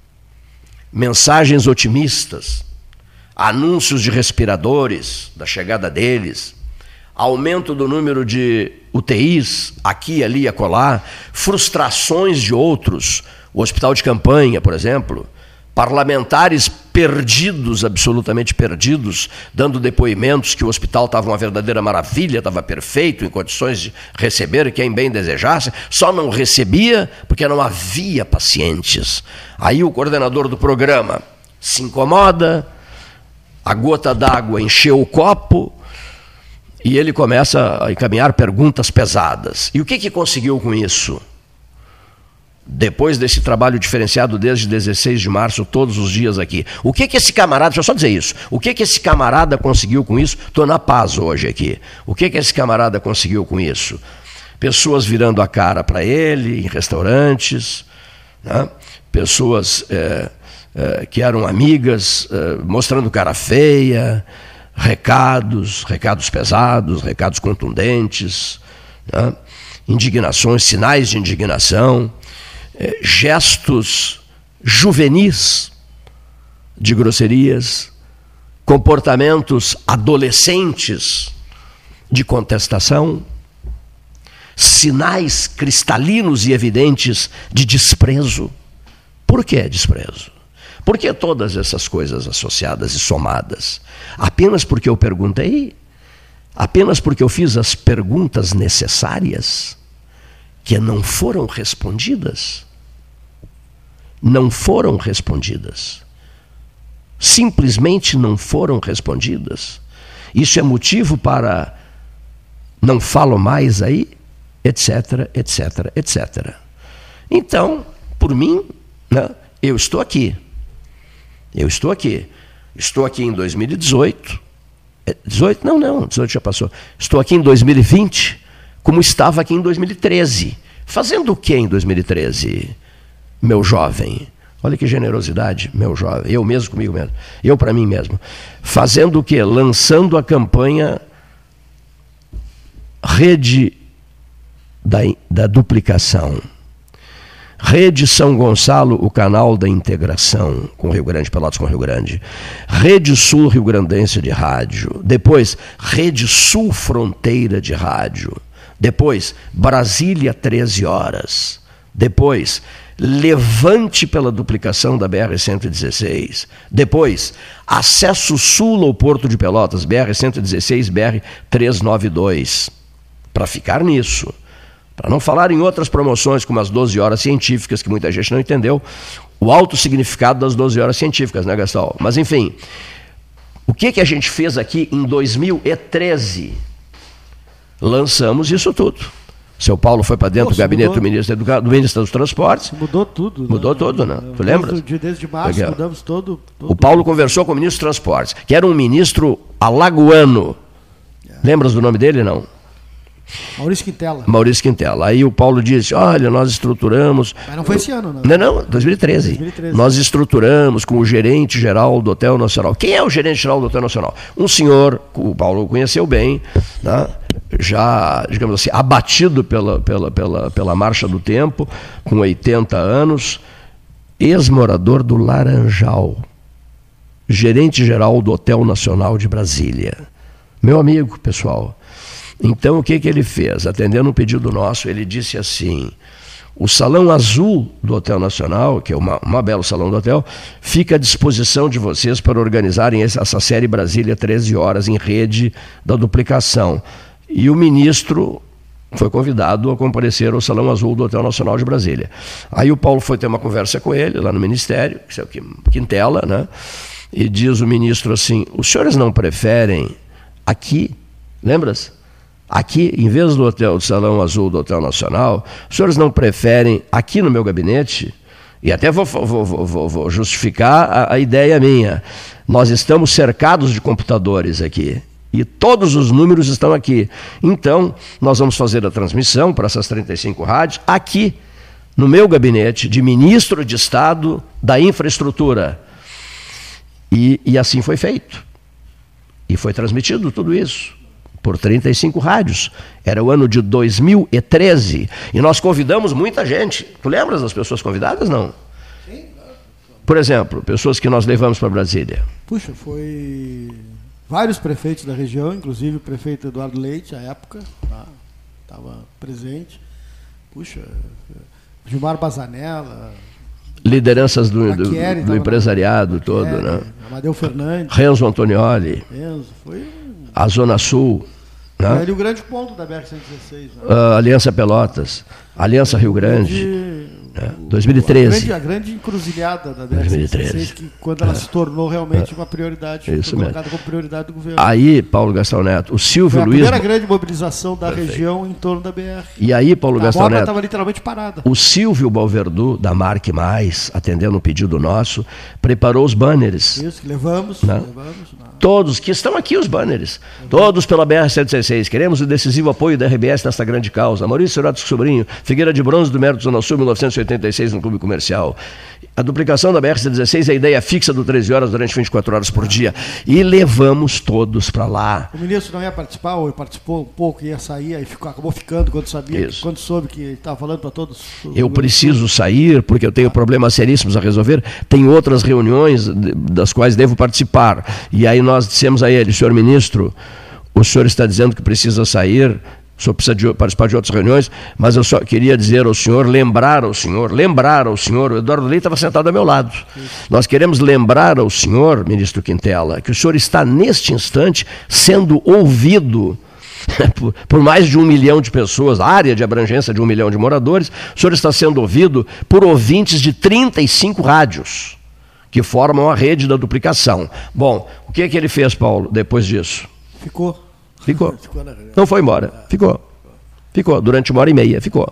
mensagens otimistas, anúncios de respiradores, da chegada deles, aumento do número de U T Is, aqui, ali e acolá, frustrações de outros, o hospital de campanha, por exemplo, parlamentares perdidos, absolutamente perdidos, dando depoimentos que o hospital estava uma verdadeira maravilha, estava perfeito, em condições de receber quem bem desejasse, só não recebia porque não havia pacientes. Aí o coordenador do programa se incomoda, a gota d'água encheu o copo e ele começa a encaminhar perguntas pesadas. E o que que conseguiu com isso? Depois desse trabalho diferenciado desde dezesseis de março, todos os dias aqui. O que que esse camarada, deixa eu só dizer isso, o que que esse camarada conseguiu com isso? Estou na paz hoje aqui. O que que esse camarada conseguiu com isso? Pessoas virando a cara para ele em restaurantes, né? Pessoas é, é, que eram amigas, é, mostrando cara feia, recados, recados pesados, recados contundentes, né? Indignações, sinais de indignação, é, gestos juvenis de grosserias, comportamentos adolescentes de contestação, sinais cristalinos e evidentes de desprezo. Por que desprezo? Por que todas essas coisas associadas e somadas? Apenas porque eu perguntei? Apenas porque eu fiz as perguntas necessárias que não foram respondidas? Não foram respondidas. Simplesmente não foram respondidas. Isso é motivo para não falo mais aí, etc, etc, etcétera. Então, por mim, né, eu estou aqui. Eu estou aqui. Estou aqui em dois mil e dezoito. dezoito? Não, não, dezoito já passou. Estou aqui em dois mil e vinte, como estava aqui em dois mil e treze. Fazendo o que em dois mil e treze, meu jovem? Olha que generosidade, meu jovem. Eu mesmo comigo mesmo. Eu para mim mesmo. Fazendo o que? Lançando a campanha Rede da, da Duplicação. Rede São Gonçalo, o canal da integração com Rio Grande, Pelotas com Rio Grande. Rede Sul Rio Grandense de rádio. Depois, Rede Sul Fronteira de rádio. Depois, Brasília treze horas. Depois, Levante pela duplicação da B R cento e dezesseis. Depois, Acesso Sul ao Porto de Pelotas, B R cento e dezesseis, B R trezentos e noventa e dois. Para ficar nisso. Para não falar em outras promoções, como as doze horas científicas, que muita gente não entendeu, o alto significado das doze horas científicas, né, Gastão? Mas, enfim, o que, que a gente fez aqui em dois mil e treze? Lançamos isso tudo. Seu Paulo foi para dentro Nossa, do gabinete mudou. do ministro, Educa... do ministro dos Transportes. Mudou tudo. Mudou né? tudo, né? Tu lembra? Desde, desde março Porque, mudamos todo, todo... O Paulo conversou com o ministro dos Transportes, que era um ministro alagoano. É. Lembras do nome dele, não? Maurício Quintela. Maurício Quintela. Aí o Paulo disse, olha, nós estruturamos... Mas não foi esse ano, não. Não, não, dois mil e treze. dois mil e treze. Nós estruturamos com o gerente geral do Hotel Nacional. Quem é o gerente geral do Hotel Nacional? Um senhor, o Paulo conheceu bem, né? Já, digamos assim, abatido pela, pela, pela, pela marcha do tempo, com oitenta anos, ex-morador do Laranjal, gerente geral do Hotel Nacional de Brasília. Meu amigo, pessoal... Então, o que, que ele fez? Atendendo um pedido nosso, ele disse assim, o Salão Azul do Hotel Nacional, que é uma, uma belo salão do hotel, fica à disposição de vocês para organizarem essa série Brasília treze horas em rede da duplicação. E o ministro foi convidado a comparecer ao Salão Azul do Hotel Nacional de Brasília. Aí o Paulo foi ter uma conversa com ele, lá no Ministério, que é o Quintela, né? E diz o ministro assim, os senhores não preferem aqui, lembra-se? Aqui, em vez do hotel, do Salão Azul do Hotel Nacional, os senhores não preferem, aqui no meu gabinete, e até vou, vou, vou, vou justificar a, a ideia minha, nós estamos cercados de computadores aqui, e todos os números estão aqui. Então, nós vamos fazer a transmissão para essas trinta e cinco rádios, aqui, no meu gabinete, de ministro de Estado da Infraestrutura. E, e assim foi feito. E foi transmitido tudo isso. Por trinta e cinco rádios. Era o ano de dois mil e treze. E nós convidamos muita gente. Tu lembras das pessoas convidadas, não? Sim. Por exemplo, pessoas que nós levamos para Brasília. Puxa, foi... vários prefeitos da região, inclusive o prefeito Eduardo Leite, à época, estava tá, presente. Puxa, Gilmar Bazanella... Lideranças do, do, do empresariado na... todo, Maquieri, né? Amadeu Fernandes. Renzo Antonioli. Renzo, foi... A Zona Sul. Né? Ele é o grande ponto da B R cento e dezesseis. Né? Uh, Aliança Pelotas, Aliança Rio Grande. De... É, dois mil e treze. A grande, a grande encruzilhada da B R cento e dezesseis, que quando ela é. se tornou realmente é. uma prioridade, Isso foi colocada mesmo. como prioridade do governo. Aí, Paulo Gastão Neto, o Silvio foi Luiz... a primeira grande mobilização da Perfeito. região em torno da B R. E aí, Paulo a Gastão obra Neto... estava literalmente parada. O Silvio Balverdu, da Marque Mais, atendendo um pedido nosso, preparou os banners. Isso, que levamos. Né? levamos não. Todos, que estão aqui os banners. Uhum. Todos pela B R cento e dezesseis. Queremos o decisivo apoio da R B S nesta grande causa. Maurício Heródoto Sobrinho, Figueira de Bronze do Mérito Zona Sul, mil novecentos e oitenta e seis, no Clube Comercial. A duplicação da B R cento e dezesseis é a ideia fixa do treze horas durante vinte e quatro horas por dia. E levamos todos para lá. O ministro não ia participar, ou participou um pouco, ia sair, aí ficou, acabou ficando quando sabia, que, quando soube que estava falando para todos. Eu preciso sair porque eu tenho problemas seríssimos a resolver. Tem outras reuniões das quais devo participar. E aí nós dissemos a ele, senhor ministro, o senhor está dizendo que precisa sair, o senhor precisa de, participar de outras reuniões, mas eu só queria dizer ao senhor, lembrar ao senhor, lembrar ao senhor, o Eduardo Leite estava sentado ao meu lado. Isso. Nós queremos lembrar ao senhor, ministro Quintela, que o senhor está neste instante sendo ouvido por, por mais de um milhão de pessoas, a área de abrangência de um milhão de moradores, o senhor está sendo ouvido por ouvintes de trinta e cinco rádios, que formam a rede da duplicação. Bom, o que é que ele fez, Paulo, depois disso? Ficou. Ficou. Não foi embora. Ficou. Ficou. Durante uma hora e meia. Ficou.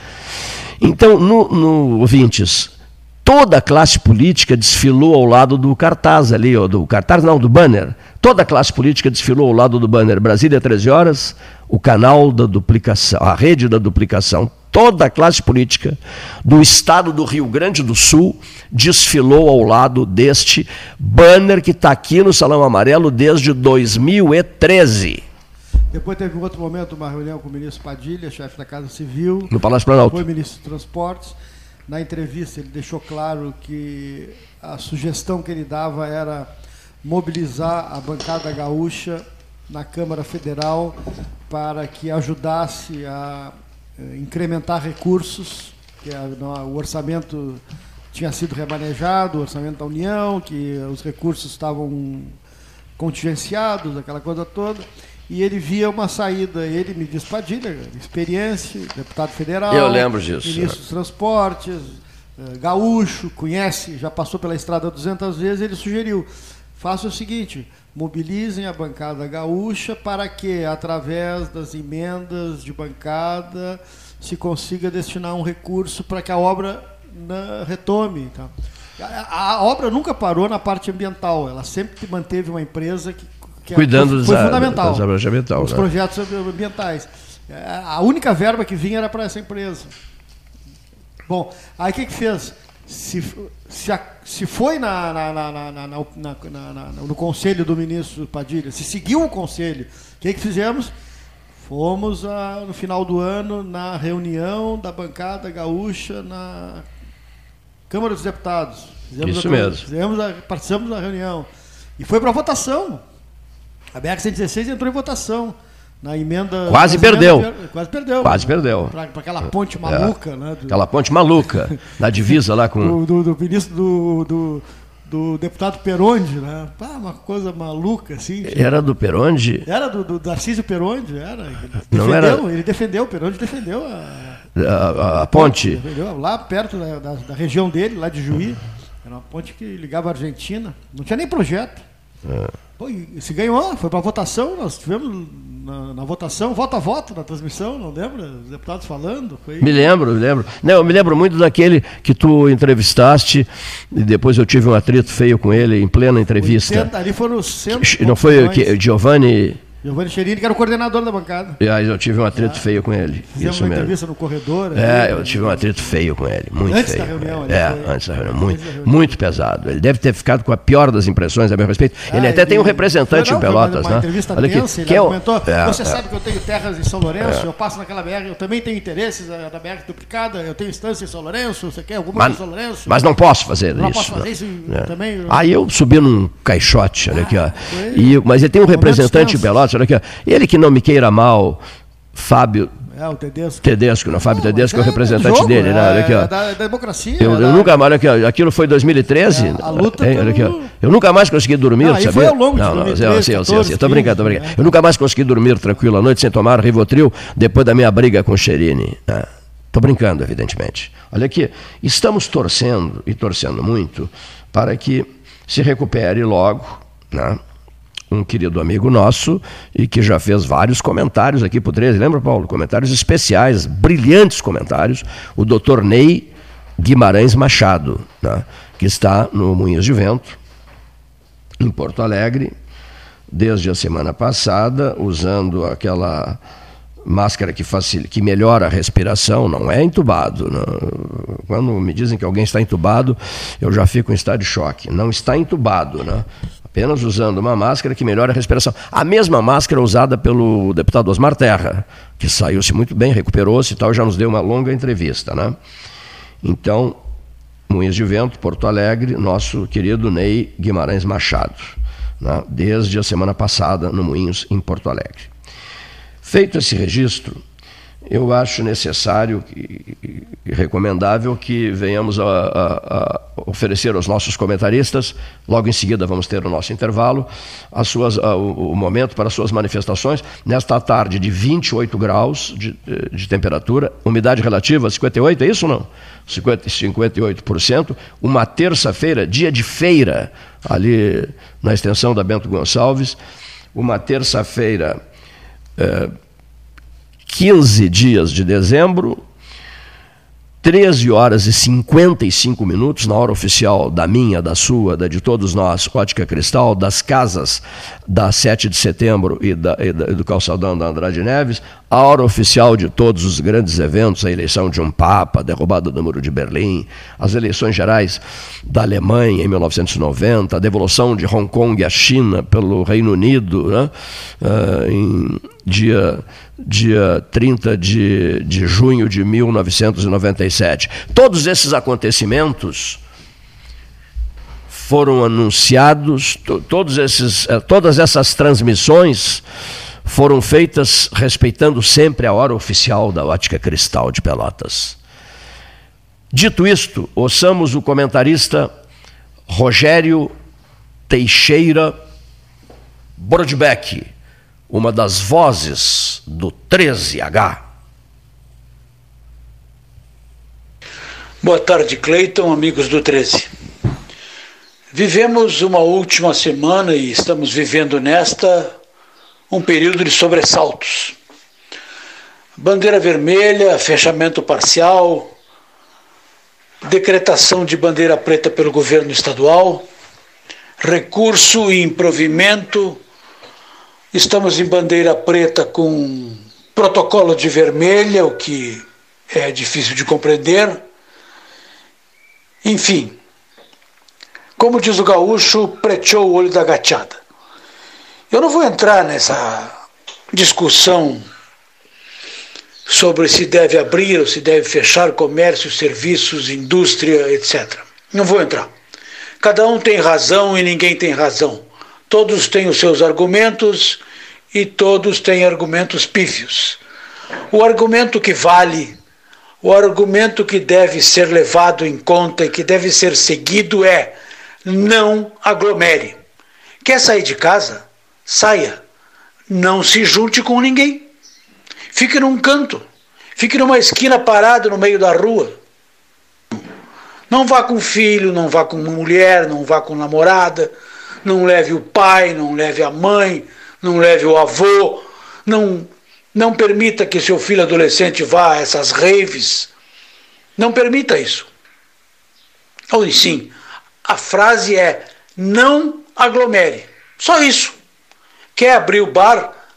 Então, no, no ouvintes, toda a classe política desfilou ao lado do cartaz ali, ou do cartaz não, do banner. Toda a classe política desfilou ao lado do banner. Brasília, treze horas, o canal da duplicação, a rede da duplicação. Toda a classe política do estado do Rio Grande do Sul desfilou ao lado deste banner que está aqui no Salão Amarelo desde dois mil e treze. Depois teve um outro momento, uma reunião com o ministro Padilha, chefe da Casa Civil. No Palácio Planalto. Foi ministro dos Transportes. Na entrevista ele deixou claro que a sugestão que ele dava era mobilizar a bancada gaúcha na Câmara Federal para que ajudasse a incrementar recursos, que a, no, o orçamento tinha sido remanejado, o orçamento da União, que os recursos estavam contingenciados, aquela coisa toda, e ele via uma saída, ele me diz Padilha, experiência, deputado federal, eu lembro disso, ministro dos Transportes, gaúcho, conhece, já passou pela estrada duzentas vezes, ele sugeriu, faça o seguinte, mobilizem a bancada gaúcha para que, através das emendas de bancada, se consiga destinar um recurso para que a obra na, retome. Tá? A, a obra nunca parou na parte ambiental, ela sempre manteve uma empresa que, que cuidando foi das, fundamental, das obras ambientais, os né? projetos ambientais. A única verba que vinha era para essa empresa. Bom, aí o que que fez? Se, se, a, se foi na, na, na, na, na, na, na, no conselho do ministro Padilha, se seguiu o conselho, o que que fizemos? Fomos a, no final do ano na reunião da bancada gaúcha na Câmara dos Deputados. Fizemos Isso a, mesmo. Fizemos a, participamos da reunião. E foi para votação. A B R cento e dezesseis entrou em votação. Na emenda. Quase perdeu. Emenda, quase perdeu. Quase perdeu. Para aquela ponte maluca, é, né? Do, aquela ponte maluca, na divisa lá com. Do, do, do ministro do, do, do deputado Peronde, né? Ah, uma coisa maluca, assim. Tipo, era do Peronde? Era do, do Darcísio Peronde, era. Ele Não defendeu, era... ele defendeu, o Peronde defendeu a. A, a, a ponte. Defendeu, lá perto da, da, da região dele, lá de Juí. Era uma ponte que ligava a Argentina. Não tinha nem projeto. É. Pô, e se ganhou, foi para votação, nós tivemos na, na votação, voto a voto na transmissão, não lembra? Os deputados falando. Foi... Me lembro, me lembro. Não, eu me lembro muito daquele que tu entrevistaste e depois eu tive um atrito feio com ele em plena entrevista. oitenta, ali foram cem. Não foi que, Giovanni... Giovanni Cherini, que era o coordenador da bancada. E aí eu tive um atrito ah, feio com ele. Fizemos Isso uma mesmo. entrevista no corredor. É, ali, eu tive um atrito feio com ele, muito antes feio. Da reunião, é, foi... antes da reunião, muito, da reunião. Muito pesado. Ele deve ter ficado com a pior das impressões a meu respeito. Ah, ele até ele... tem um representante não, em Pelotas, uma, né? Uma entrevista Olha tensa, aqui, ele que comentou, é, você é. sabe que eu tenho terras em São Lourenço, É. eu passo naquela B R, eu também tenho interesses na B R duplicada, eu tenho instância em São Lourenço, você quer alguma mas, em São Lourenço? Mas não posso fazer não isso. Não posso fazer isso é. também? Aí eu subi num caixote, olha aqui, ó. E, mas ele tem um representante em Pelotas, olha aqui, ó. Ele que não me queira mal, Fábio É, o Tedesco. Tedesco, não, Fábio não, Tedesco é o é representante jogo, dele, é, né? Olha aqui, ó. É da, da democracia. Eu, é eu da... nunca mais, olha aqui, ó, aquilo foi em dois mil e treze. É, a luta é, olha aqui, ó. pelo... Eu nunca mais consegui dormir, não, sabia? Foi ao longo de não, dois mil e treze, não, assim, assim, catorze, assim, tô brincando, tô brincando. né? Eu nunca mais consegui dormir tranquilo à noite sem tomar Rivotril depois da minha briga com o Cherini. Né? Tô brincando, evidentemente. Olha aqui, estamos torcendo, e torcendo muito, para que se recupere logo, né? Um querido amigo nosso e que já fez vários comentários aqui para o treze, lembra, Paulo? Comentários especiais, brilhantes comentários, o doutor Ney Guimarães Machado, né? Que está no Moinhos de Vento, em Porto Alegre, desde a semana passada, usando aquela máscara que, facilita, que melhora a respiração, não é entubado. Não. Quando me dizem que alguém está entubado, eu já fico em estado de choque. Não está entubado, né? Apenas usando uma máscara que melhora a respiração. A mesma máscara usada pelo deputado Osmar Terra, que saiu-se muito bem, recuperou-se e tal, e já nos deu uma longa entrevista, né? Então, Moinhos de Vento, Porto Alegre, nosso querido Ney Guimarães Machado, né? Desde a semana passada no Moinhos, em Porto Alegre. Feito esse registro, eu acho necessário e recomendável que venhamos a, a, a oferecer aos nossos comentaristas, logo em seguida vamos ter o nosso intervalo, as suas, a, o, o momento para as suas manifestações, nesta tarde de vinte e oito graus de, de temperatura, umidade relativa cinquenta e oito por cento, é isso ou não? cinquenta, cinquenta e oito por cento, uma terça-feira, dia de feira, ali na extensão da Bento Gonçalves, uma terça-feira... É, quinze dias de dezembro, treze horas e cinquenta e cinco minutos, na hora oficial da minha, da sua, da de todos nós, Ótica Cristal, das casas da sete de setembro e, da, e, da, e do calçadão da Andrade Neves, a hora oficial de todos os grandes eventos, a eleição de um Papa, a derrubada do Muro de Berlim, as eleições gerais da Alemanha em mil novecentos e noventa, a devolução de Hong Kong à China pelo Reino Unido, né? uh, em dia... dia trinta de, de junho de mil novecentos e noventa e sete. Todos esses acontecimentos foram anunciados, to, todos esses, todas essas transmissões foram feitas respeitando sempre a hora oficial da Ótica Cristal de Pelotas. Dito isto, ouçamos o comentarista Rogério Teixeira Brodbeck, uma das vozes do treze H. Boa tarde, Cleiton, amigos do treze. Vivemos uma última semana e estamos vivendo nesta um período de sobressaltos. Bandeira vermelha, fechamento parcial, decretação de bandeira preta pelo governo estadual, recurso e improvimento. Estamos em bandeira preta com protocolo de vermelha, o que é difícil de compreender. Enfim, como diz o gaúcho, preteou o olho da gachada. Eu não vou entrar nessa discussão sobre se deve abrir ou se deve fechar comércio, serviços, indústria, etcétera. Não vou entrar. Cada um tem razão e ninguém tem razão. Todos têm os seus argumentos e todos têm argumentos pífios. O argumento que vale, o argumento que deve ser levado em conta e que deve ser seguido é: não aglomere. Quer sair de casa? Saia. Não se junte com ninguém. Fique num canto. Fique numa esquina parado no meio da rua. Não vá com filho, não vá com mulher, não vá com namorada. Não leve o pai, não leve a mãe, não leve o avô, não, não permita que seu filho adolescente vá a essas raves. Não permita isso. Ou sim, a frase é: não aglomere. Só isso. Quer abrir o bar?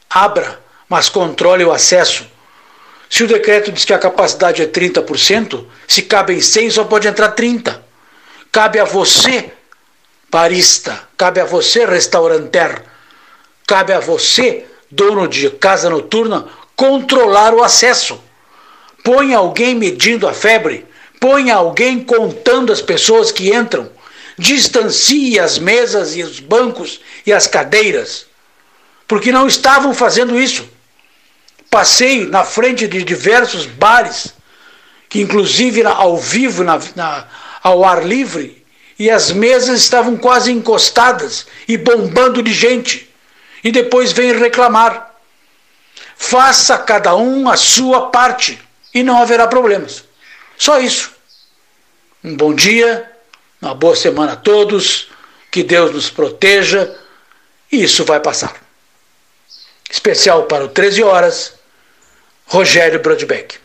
abra, mas controle o acesso. Se o decreto diz que a capacidade é trinta por cento, se cabem cem, só pode entrar trinta. Cabe a você, barista, cabe a você, restauranter, cabe a você, dono de casa noturna, controlar o acesso. Põe alguém medindo a febre, põe alguém contando as pessoas que entram, distancie as mesas e os bancos e as cadeiras, porque não estavam fazendo isso. Passei na frente de diversos bares, que inclusive ao vivo, na, na, ao ar livre, e as mesas estavam quase encostadas e bombando de gente. E depois vem reclamar. Faça cada um a sua parte e não haverá problemas. Só isso. Um bom dia, uma boa semana a todos, que Deus nos proteja, e isso vai passar. Especial para o treze horas, Rogério Brodbeck.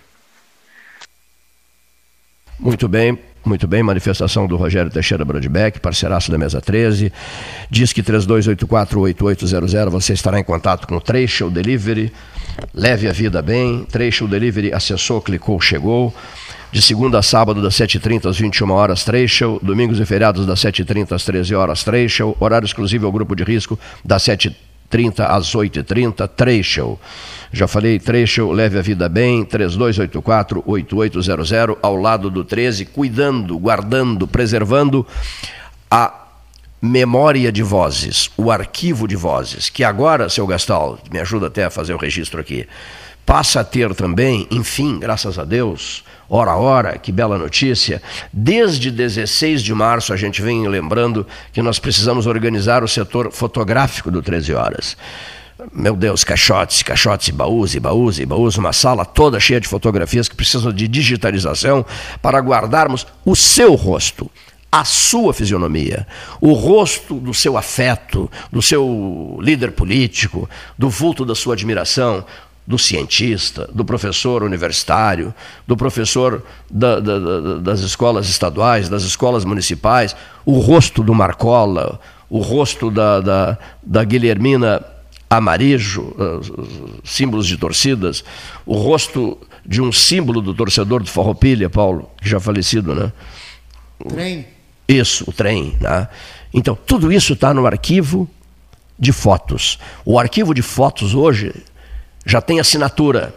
Muito bem, muito bem, manifestação do Rogério Teixeira Brodbeck, parceiraço da Mesa treze, diz que três dois oito quatro, oito oito zero zero, você estará em contato com o Trecho Delivery, leve a vida bem, Trecho Delivery, acessou, clicou, chegou, de segunda a sábado das sete e trinta às vinte e uma horas, Trecho, domingos e feriados das sete e trinta às treze horas, Trecho, horário exclusivo ao grupo de risco das sete e trinta às oito e trinta, Trecho. Já falei, Trecho, leve a vida bem, três dois oito quatro, oito oito zero zero, ao lado do treze, cuidando, guardando, preservando a memória de vozes, o arquivo de vozes, que agora, seu Gastal, me ajuda até a fazer o registro aqui, passa a ter também, enfim, graças a Deus, hora a hora, que bela notícia, desde dezesseis de março a gente vem lembrando que nós precisamos organizar o setor fotográfico do treze horas. Meu Deus, caixotes, caixotes, baús, e baús, e baús, uma sala toda cheia de fotografias que precisam de digitalização para guardarmos o seu rosto, a sua fisionomia, o rosto do seu afeto, do seu líder político, do vulto da sua admiração, do cientista, do professor universitário, do professor da, da, da, das escolas estaduais, das escolas municipais, o rosto do Marcola, o rosto da, da, da Guilhermina Amarijo, símbolos de torcidas, o rosto de um símbolo do torcedor do Farroupilha, Paulo, que já falecido, né? Trem. Isso, o trem, né? Então, tudo isso está no arquivo de fotos. O arquivo de fotos hoje já tem assinatura.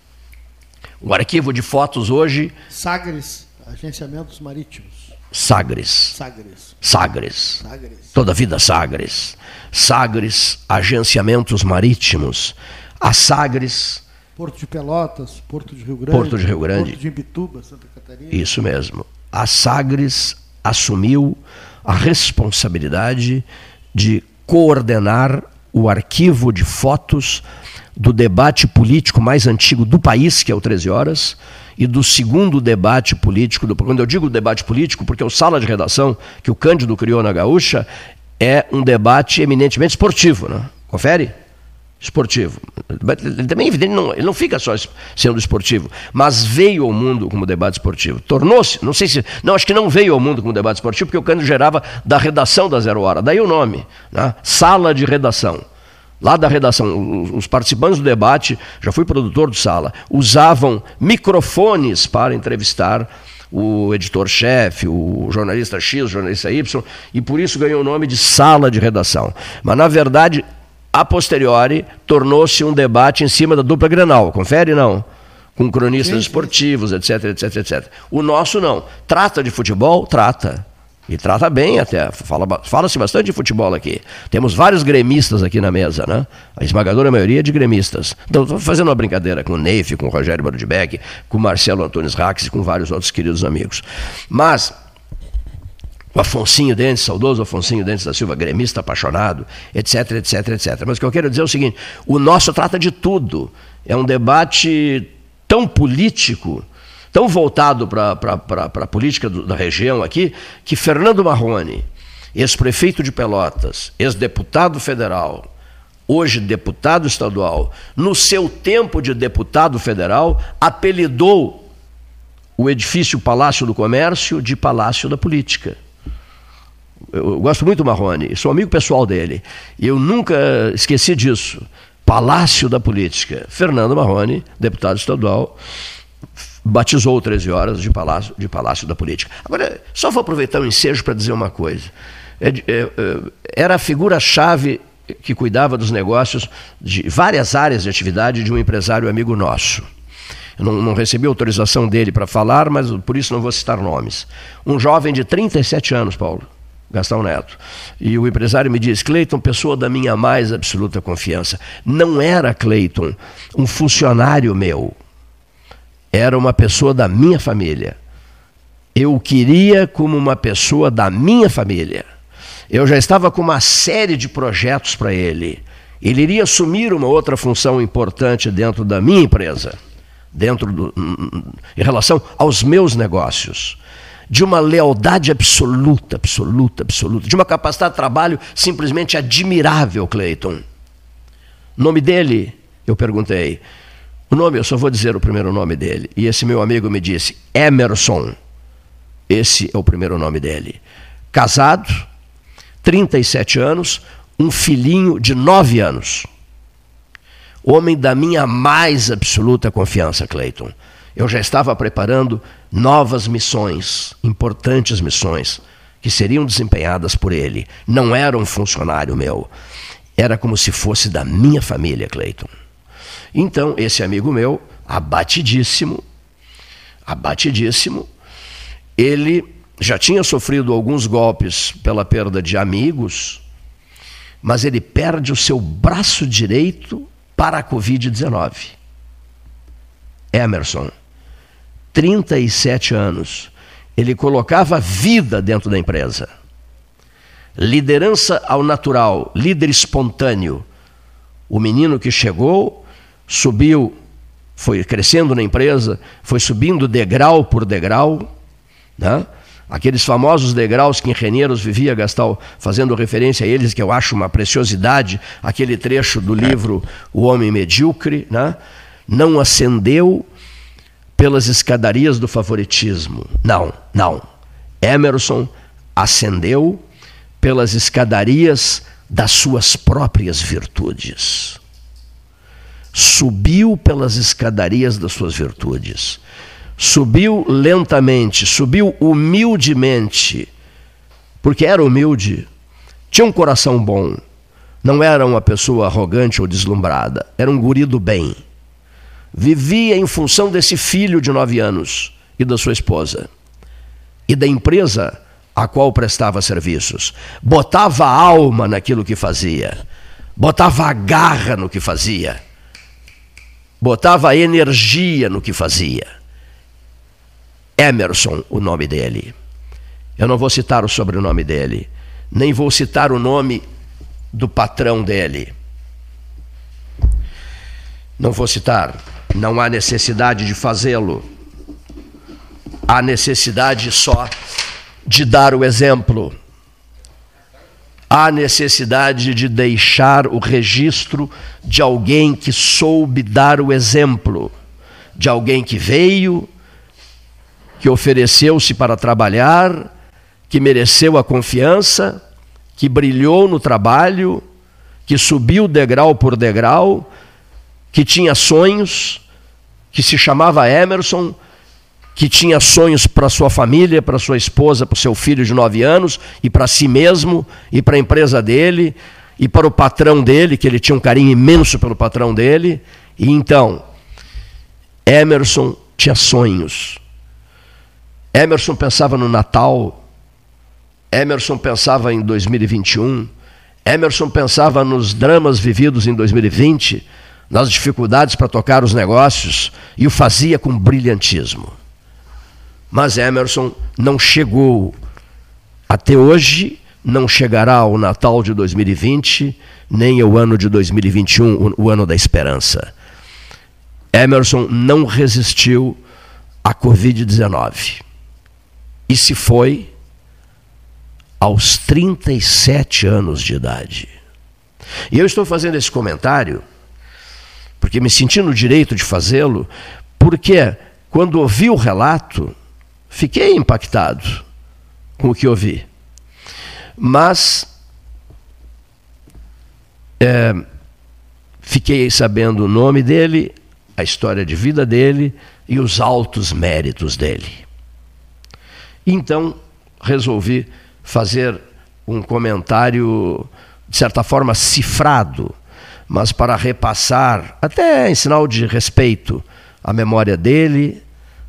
O arquivo de fotos hoje... Sagres, agenciamentos marítimos. Sagres. Sagres. Sagres. Sagres. Toda vida Sagres. Sagres, agenciamentos marítimos. A Sagres... Porto de Pelotas, Porto de Rio Grande. Porto de Rio Grande. Porto de Imbituba, Santa Catarina. Isso mesmo. A Sagres assumiu a responsabilidade de coordenar o arquivo de fotos do debate político mais antigo do país, que é o treze horas, e do segundo debate político, do, quando eu digo debate político, porque o Sala de Redação, que o Cândido criou na Gaúcha, é um debate eminentemente esportivo, né? Confere? Esportivo. Ele também, evidente, não, ele não fica só sendo esportivo, mas veio ao mundo como debate esportivo. Tornou-se, não sei se... Não, acho que não veio ao mundo como debate esportivo, porque o Cândido gerava da redação da Zero Hora. Daí o nome, né? Sala de Redação. Lá da redação, os participantes do debate, já fui produtor do Sala, usavam microfones para entrevistar o editor-chefe, o jornalista X, o jornalista Y, e por isso ganhou o nome de Sala de Redação. Mas, na verdade, a posteriori, tornou-se um debate em cima da dupla Grenal. Confere, não? Com cronistas sim, sim. esportivos, etc, etc, etcétera. O nosso não. Trata de futebol? Trata. E trata bem até, fala, fala-se bastante de futebol aqui. Temos vários gremistas aqui na mesa, né? A esmagadora maioria é de gremistas. Então, estou fazendo uma brincadeira com o Neif, com o Rogério Brodbeck, com o Marcelo Antunes Rax e com vários outros queridos amigos. Mas, o Afonsinho Dentes, saudoso Afonsinho Dentes da Silva, gremista apaixonado, etc, etc, etcétera. Mas o que eu quero dizer é o seguinte, o nosso trata de tudo. É um debate tão político, tão voltado para a política do, da região aqui, que Fernando Marrone, ex-prefeito de Pelotas, ex-deputado federal, hoje deputado estadual, no seu tempo de deputado federal, apelidou o edifício Palácio do Comércio de Palácio da Política. Eu, eu gosto muito do Marrone, sou amigo pessoal dele, e eu nunca esqueci disso. palácio da política. Fernando Marrone, deputado estadual, batizou treze horas de palácio, de palácio da política. Agora, só vou aproveitar o ensejo para dizer uma coisa. É, é, era a figura-chave que cuidava dos negócios de várias áreas de atividade de um empresário amigo nosso. Eu não, não recebi autorização dele para falar, mas por isso não vou citar nomes. Um jovem de trinta e sete anos, Paulo, Gastão Neto. E o empresário me diz: Cleiton, pessoa da minha mais absoluta confiança. Não era, Cleiton, um funcionário meu. Era uma pessoa da minha família. Eu o queria como uma pessoa da minha família. Eu já estava com uma série de projetos para ele. Ele iria assumir uma outra função importante dentro da minha empresa, dentro do, em relação aos meus negócios. De uma lealdade absoluta, absoluta, absoluta. De uma capacidade de trabalho simplesmente admirável, Cleiton. Nome dele, eu perguntei. O nome, eu só vou dizer o primeiro nome dele. E esse meu amigo me disse: Emerson. Esse é o primeiro nome dele. Casado, trinta e sete anos, um filhinho de nove anos. Homem da minha mais absoluta confiança, Cleiton. Eu já estava preparando novas missões, importantes missões, que seriam desempenhadas por ele. Não era um funcionário meu. Era como se fosse da minha família, Cleiton. Então, esse amigo meu, abatidíssimo, abatidíssimo, ele já tinha sofrido alguns golpes pela perda de amigos, mas ele perde o seu braço direito para a covid dezenove. Emerson, trinta e sete anos, ele colocava vida dentro da empresa. Liderança ao natural, líder espontâneo. O menino que chegou, subiu, foi crescendo na empresa, foi subindo degrau por degrau, né? Aqueles famosos degraus que engenheiros vivia Gastal fazendo referência a eles, que eu acho uma preciosidade, aquele trecho do livro O Homem Medíocre, né? Não ascendeu pelas escadarias do favoritismo. Não, não. Emerson ascendeu pelas escadarias das suas próprias virtudes. Subiu pelas escadarias das suas virtudes. Subiu lentamente, subiu humildemente, porque era humilde, tinha um coração bom, não era uma pessoa arrogante ou deslumbrada, era um guri do bem. Vivia em função desse filho de nove anos e da sua esposa, e da empresa a qual prestava serviços. Botava a alma naquilo que fazia, botava a garra no que fazia, botava a energia no que fazia. Emerson, o nome dele. Eu não vou citar o sobrenome dele, nem vou citar o nome do patrão dele. Não vou citar, não há necessidade de fazê-lo. Há necessidade só de dar o exemplo. Há necessidade de deixar o registro de alguém que soube dar o exemplo, de alguém que veio, que ofereceu-se para trabalhar, que mereceu a confiança, que brilhou no trabalho, que subiu degrau por degrau, que tinha sonhos, que se chamava Emerson, que tinha sonhos para sua família, para sua esposa, para o seu filho de nove anos, e para si mesmo, e para a empresa dele, e para o patrão dele, que ele tinha um carinho imenso pelo patrão dele. E então, Emerson tinha sonhos. Emerson pensava no Natal, Emerson pensava em dois mil e vinte e um, Emerson pensava nos dramas vividos em dois mil e vinte, nas dificuldades para tocar os negócios, e o fazia com brilhantismo. Mas Emerson não chegou, até hoje, não chegará ao Natal de dois mil e vinte, nem ao ano de dois mil e vinte e um, o ano da esperança. Emerson não resistiu à covid dezenove. E se foi aos trinta e sete anos de idade. E eu estou fazendo esse comentário porque me senti no direito de fazê-lo, porque quando ouvi o relato, fiquei impactado com o que ouvi. Mas é, Fiquei sabendo o nome dele, a história de vida dele e os altos méritos dele. Então, resolvi fazer um comentário, de certa forma, cifrado, mas para repassar, até em sinal de respeito, à memória dele,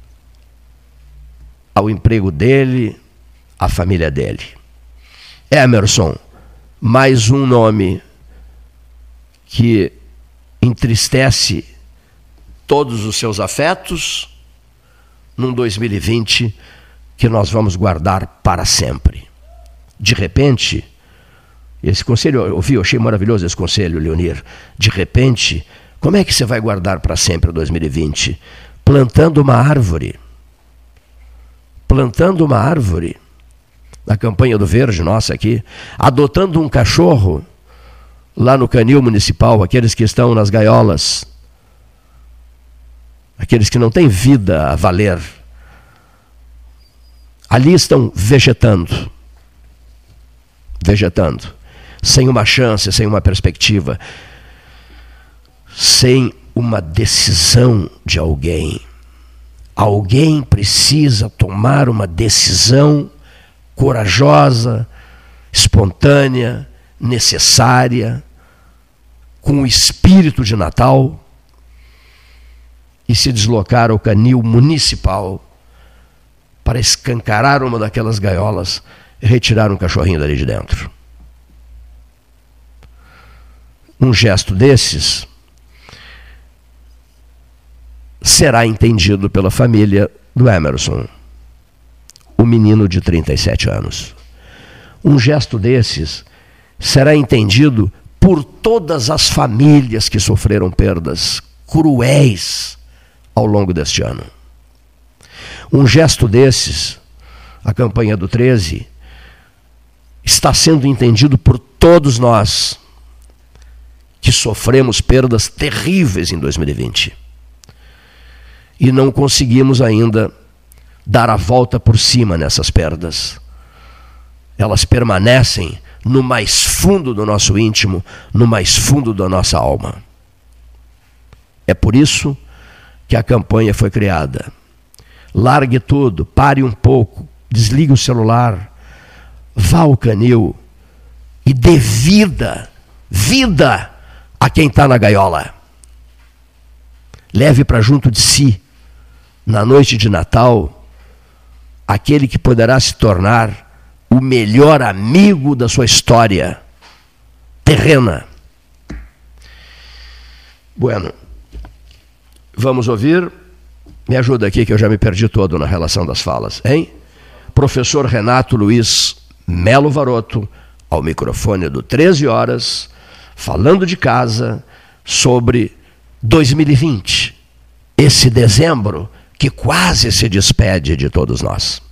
ao emprego dele, à família dele. Emerson, mais um nome que entristece todos os seus afetos num dois mil e vinte que nós vamos guardar para sempre. De repente, esse conselho, eu ouvi, eu achei maravilhoso esse conselho, Leonir. De repente, como é que você vai guardar para sempre o dois mil e vinte? Plantando uma árvore. Plantando uma árvore. Na campanha do Verde, nossa aqui. Adotando um cachorro lá no canil municipal, aqueles que estão nas gaiolas. Aqueles que não têm vida a valer. Ali estão vegetando. Vegetando. Sem uma chance, sem uma perspectiva. Sem uma decisão de alguém. Alguém precisa tomar uma decisão corajosa, espontânea, necessária, com o espírito de Natal, e se deslocar ao canil municipal para escancarar uma daquelas gaiolas e retirar um cachorrinho dali de dentro. Um gesto desses será entendido pela família do Emerson, o menino de trinta e sete anos. Um gesto desses será entendido por todas as famílias que sofreram perdas cruéis ao longo deste ano. Um gesto desses, a campanha do treze, está sendo entendido por todos nós que sofremos perdas terríveis em dois mil e vinte. E não conseguimos ainda dar a volta por cima nessas perdas. Elas permanecem no mais fundo do nosso íntimo, no mais fundo da nossa alma. É por isso que a campanha foi criada. Largue tudo, pare um pouco, desligue o celular, vá ao canil e dê vida, vida a quem está na gaiola. Leve para junto de si, na noite de Natal, aquele que poderá se tornar o melhor amigo da sua história terrena. Bueno, vamos ouvir. Me ajuda aqui que eu já me perdi todo na relação das falas, hein? Professor Renato Luiz Melo Varoto, ao microfone do treze horas, falando de casa sobre dois mil e vinte, esse dezembro que quase se despede de todos nós.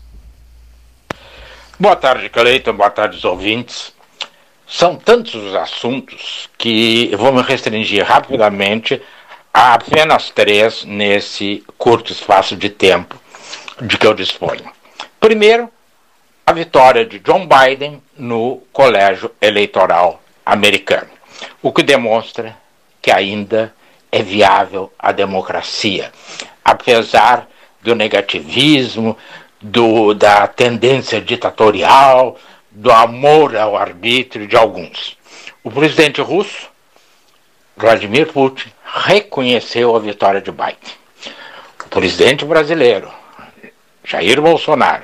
Boa tarde, Cleiton, boa tarde aos ouvintes. São tantos os assuntos que eu vou me restringir rapidamente a apenas três nesse curto espaço de tempo de que eu disponho. Primeiro, a vitória de John Biden no colégio eleitoral americano, o que demonstra que ainda é viável a democracia, apesar do negativismo, do, da tendência ditatorial, do amor ao arbítrio de alguns. O presidente russo, Vladimir Putin, reconheceu a vitória de Biden. O presidente brasileiro, Jair Bolsonaro,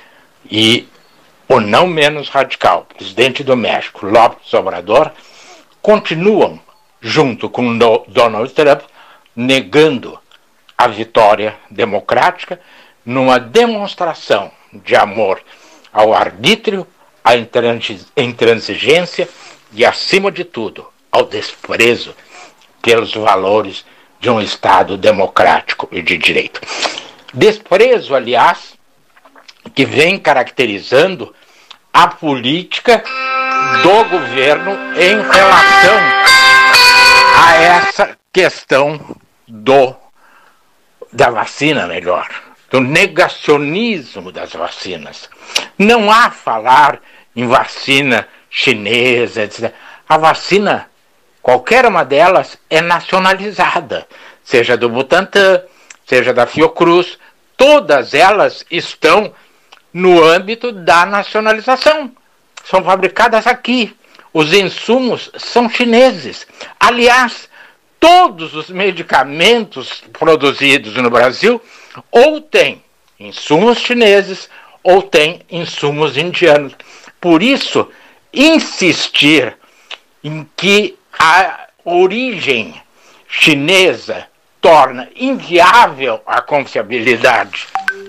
e o não menos radical, presidente do México, López Obrador, continuam, junto com Donald Trump, negando a vitória democrática numa demonstração de amor ao arbítrio, à intransigência e, acima de tudo, ao desprezo pelos valores de um Estado democrático e de direito. Desprezo, aliás, que vem caracterizando a política do governo em relação a essa questão do, da vacina, melhor, do negacionismo das vacinas. Não há falar em vacina chinesa, etcétera. A vacina qualquer uma delas é nacionalizada, seja do Butantan, seja da Fiocruz, todas elas estão no âmbito da nacionalização. São fabricadas aqui. Os insumos são chineses. Aliás, todos os medicamentos produzidos no Brasil ou têm insumos chineses ou têm insumos indianos. Por isso, insistir em que a origem chinesa torna inviável a confiabilidade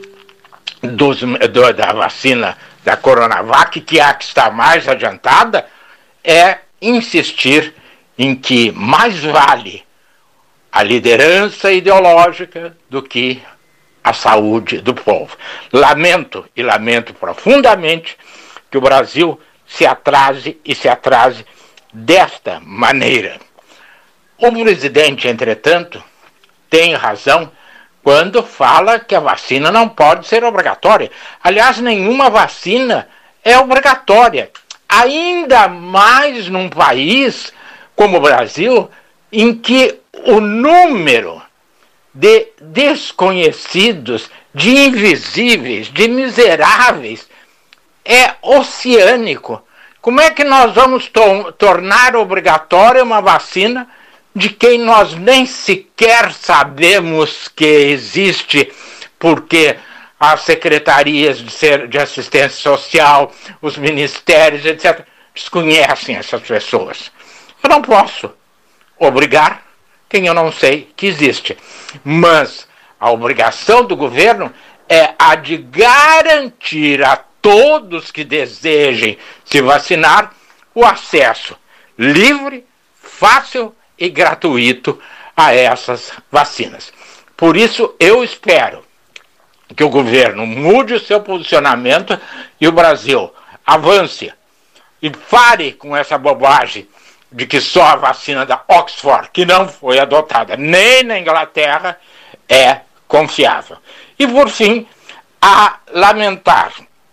dos, do, da vacina da Coronavac, que é a que está mais adiantada, é insistir em que mais vale a liderança ideológica do que a saúde do povo. Lamento e lamento profundamente que o Brasil se atrase e se atrase desta maneira. O presidente, entretanto, tem razão quando fala que a vacina não pode ser obrigatória. Aliás, nenhuma vacina é obrigatória. Ainda mais num país como o Brasil, em que o número de desconhecidos, de invisíveis, de miseráveis é oceânico. Como é que nós vamos to- tornar obrigatória uma vacina de quem nós nem sequer sabemos que existe, porque as secretarias de, ser, de assistência social, os ministérios, etcétera, desconhecem essas pessoas? Eu não posso obrigar quem eu não sei que existe. Mas a obrigação do governo é a de garantir a todos que desejem se vacinar o acesso livre, fácil e gratuito a essas vacinas. Por isso, eu espero que o governo mude o seu posicionamento e o Brasil avance e pare com essa bobagem de que só a vacina da Oxford, que não foi adotada nem na Inglaterra, é confiável. E, por fim, a lamentar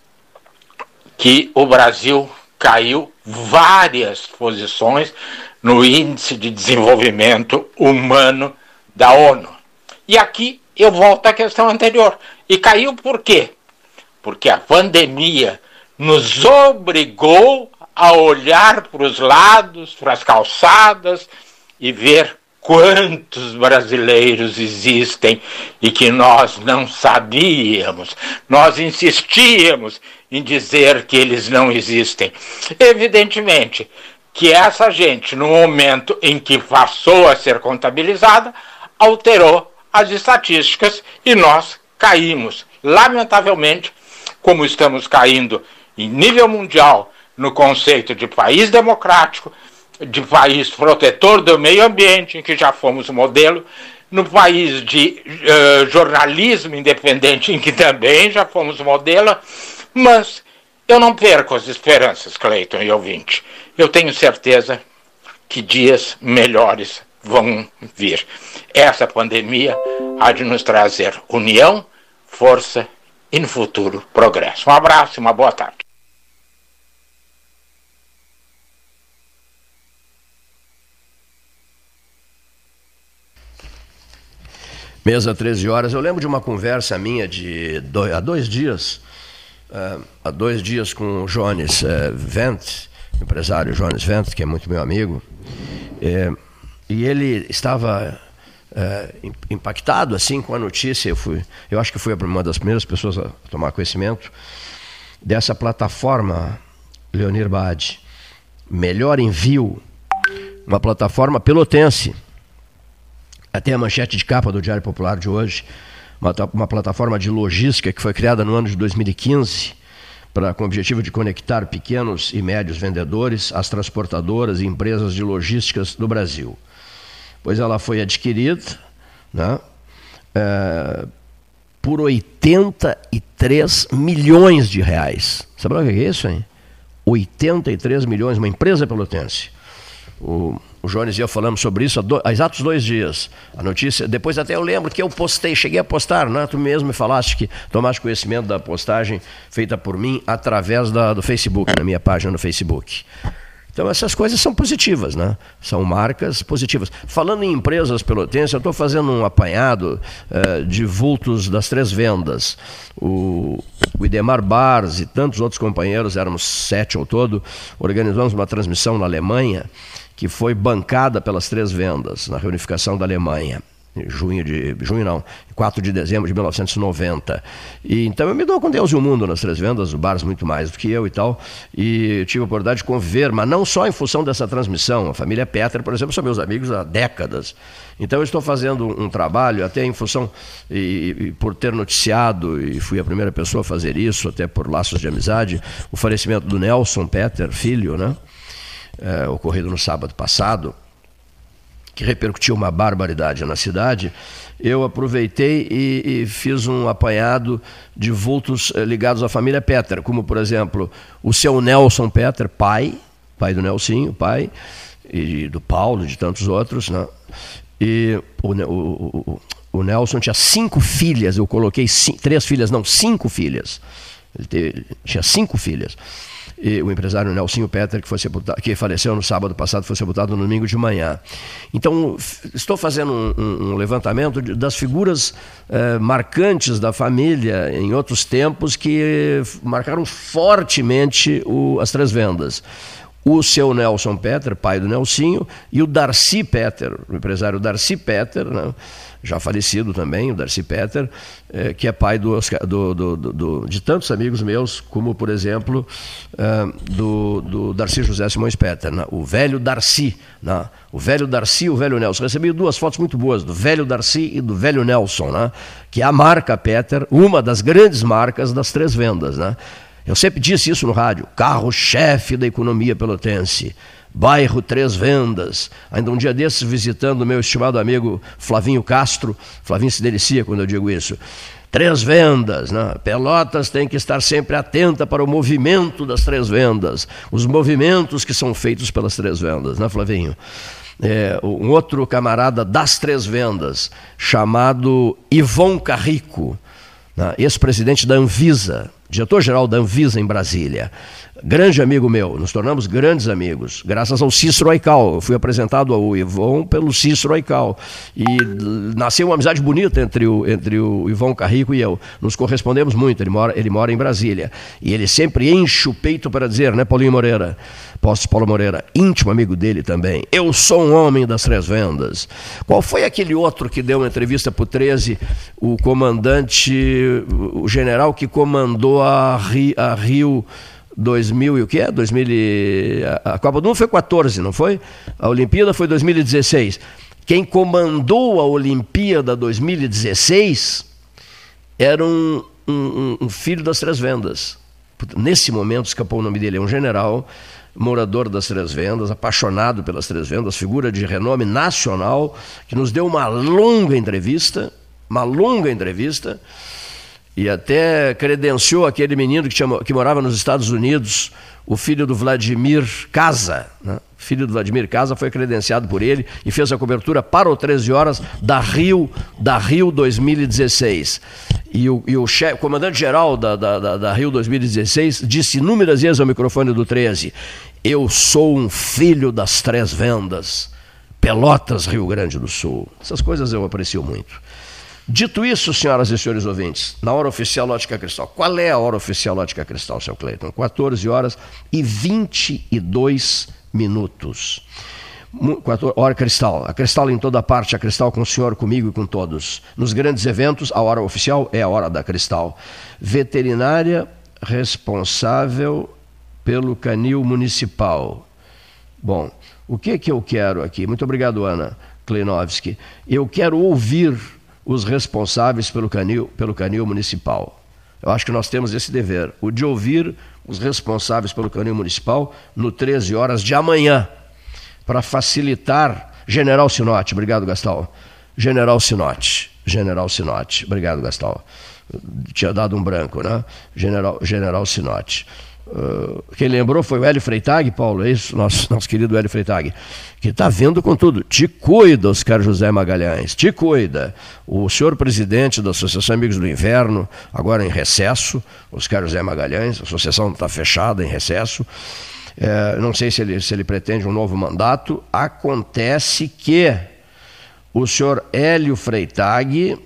que o Brasil caiu várias posições no Índice de Desenvolvimento Humano da ONU. E aqui eu volto à questão anterior. E caiu por quê? Porque a pandemia nos obrigou a olhar para os lados, para as calçadas e ver quantos brasileiros existem e que nós não sabíamos. Nós insistíamos em dizer que eles não existem. Evidentemente que essa gente, no momento em que passou a ser contabilizada, alterou as estatísticas e nós caímos. Lamentavelmente, como estamos caindo em nível mundial no conceito de país democrático, de país protetor do meio ambiente, em que já fomos modelo, no país de uh, jornalismo independente, em que também já fomos modelo, mas eu não perco as esperanças, Cleiton e ouvinte. Eu tenho certeza que dias melhores vão vir. Essa pandemia há de nos trazer união, força e, no futuro, progresso. Um abraço e uma boa tarde. Mesa, treze horas. Eu lembro de uma conversa minha de dois, há dois dias, uh, há dois dias com o Jones uh, Vent, empresário Jones Vent, que é muito meu amigo, uh, e ele estava uh, impactado assim com a notícia. Eu fui, eu acho que fui uma das primeiras pessoas a tomar conhecimento dessa plataforma, Leonir Bade, Melhor Envio, uma plataforma pelotense. Até a manchete de capa do Diário Popular de hoje, uma, uma plataforma de logística que foi criada no ano de dois mil e quinze pra, com o objetivo de conectar pequenos e médios vendedores às transportadoras e empresas de logísticas do Brasil. Pois ela foi adquirida, né, é, por oitenta e três milhões de reais. Sabe o que é isso, hein? oitenta e três milhões, uma empresa pelotense. O, o Jones e eu falamos sobre isso há, do, há exatos dois dias. A notícia, depois até eu lembro que eu postei, cheguei a postar, né? Tu mesmo me falaste que tomaste conhecimento da postagem feita por mim através da, do Facebook, na minha página no Facebook. Então essas coisas são positivas, né? São marcas positivas. Falando em empresas pelotenses, eu estou fazendo um apanhado uh, de vultos das Três Vendas. O, o Idemar Bars e tantos outros companheiros, éramos sete ao todo, organizamos uma transmissão na Alemanha que foi bancada pelas Três Vendas, na reunificação da Alemanha. Em junho de... junho não, quatro de dezembro de mil novecentos e noventa. E, então eu me dou com Deus e o mundo nas Três Vendas, o Bars muito mais do que eu e tal, e tive a oportunidade de conviver, mas não só em função dessa transmissão. A família Petter, por exemplo, são meus amigos há décadas. Então eu estou fazendo um trabalho, até em função, e, e por ter noticiado, e fui a primeira pessoa a fazer isso, até por laços de amizade, o falecimento do Nelson Petter, filho, né? É, ocorrido no sábado passado, que repercutiu uma barbaridade na cidade. Eu aproveitei e, e fiz um apanhado de vultos ligados à família Petter, como, por exemplo, o seu Nelson Petter, pai, pai do Nelsinho, pai, e do Paulo, e de tantos outros, né? E o, o, o, o Nelson tinha cinco filhas, eu coloquei cinco, três filhas, não, cinco filhas. Ele teve, tinha cinco filhas. E o empresário Nelsinho Petter, que, foi sepultado, que faleceu no sábado passado, foi sepultado no domingo de manhã. Então, estou fazendo um, um, um levantamento de, das figuras eh, marcantes da família em outros tempos que marcaram fortemente o, as Três Vendas. O seu Nelson Petter, pai do Nelsinho, e o Darcy Petter, o empresário Darcy Petter, né? Já falecido também, o Darcy Petter, eh, que é pai do, do, do, do, de tantos amigos meus, como, por exemplo, eh, do, do Darcy José Simões Petter, né? O velho Darcy, né? O velho Darcy e o velho Nelson. Recebi duas fotos muito boas, do velho Darcy e do velho Nelson, né? Que é a marca Petter, uma das grandes marcas das Três Vendas, né? Eu sempre disse isso no rádio, carro-chefe da economia pelotense. Bairro Três Vendas. Ainda um dia desses, visitando o meu estimado amigo Flavinho Castro, Flavinho se delicia quando eu digo isso. Três Vendas, né? Pelotas tem que estar sempre atenta para o movimento das Três Vendas, os movimentos que são feitos pelas Três Vendas, né, Flavinho? É, um outro camarada das Três Vendas, chamado Ivon Carrico, né? Ex-presidente da Anvisa, diretor-geral da Anvisa em Brasília. Grande amigo meu, nos tornamos grandes amigos, graças ao Cícero Aical. Eu fui apresentado ao Ivon pelo Cícero Aical. E nasceu uma amizade bonita entre o, entre o Ivon Carrico e eu. Nos correspondemos muito, ele mora, ele mora em Brasília. E ele sempre enche o peito para dizer, né, Paulinho Moreira? Posso, Paulo Moreira, íntimo amigo dele também. Eu sou um homem das Três Vendas. Qual foi aquele outro que deu uma entrevista para o treze, o comandante, o general que comandou a Rio... A Rio dois mil e o que é? dois mil e... A Copa do Mundo foi quatorze, não foi? A Olimpíada foi dois mil e dezesseis. Quem comandou a Olimpíada dois mil e dezesseis era um, um, um filho das Três Vendas. Nesse momento escapou o nome dele, é um general, morador das Três Vendas, apaixonado pelas Três Vendas, figura de renome nacional, que nos deu uma longa entrevista, uma longa entrevista, e até credenciou aquele menino que, tinha, que morava nos Estados Unidos, o filho do Vladimir Casa, né? Filho do Vladimir Casa foi credenciado por ele e fez a cobertura para o treze horas da Rio, da Rio dois mil e dezesseis. E o, e o chefe, comandante-geral da, da, da, da Rio dois mil e dezesseis disse inúmeras vezes ao microfone do treze, eu sou um filho das Três Vendas, Pelotas, Rio Grande do Sul. Essas coisas eu aprecio muito. Dito isso, senhoras e senhores ouvintes, na hora oficial Ótica Cristal. Qual é a hora oficial Ótica Cristal, seu Cleiton? quatorze horas e vinte e dois minutos. Hora Cristal. A Cristal em toda parte, a Cristal com o senhor, comigo e com todos. Nos grandes eventos, a hora oficial é a hora da Cristal. Veterinária responsável pelo canil municipal. Bom, o que que eu quero aqui? Muito obrigado, Ana Kleinovski. Eu quero ouvir os responsáveis pelo canil, pelo canil municipal. Eu acho que nós temos esse dever, o de ouvir os responsáveis pelo canil municipal no treze horas de amanhã, para facilitar. General Sinotti, obrigado, Gastal. General Sinotti, General Sinotti, obrigado, Gastal. Tinha dado um branco, né? General, General Sinotti. Uh, quem lembrou foi o Hélio Freitag, Paulo, é isso? Nosso, nosso querido Hélio Freitag, que está vendo com tudo. Te cuida, Oscar José Magalhães, te cuida. O senhor presidente da Associação Amigos do Inverno, agora em recesso, Oscar José Magalhães, a associação está fechada, em recesso. É, não sei se ele, se ele pretende um novo mandato. Acontece que o senhor Hélio Freitag,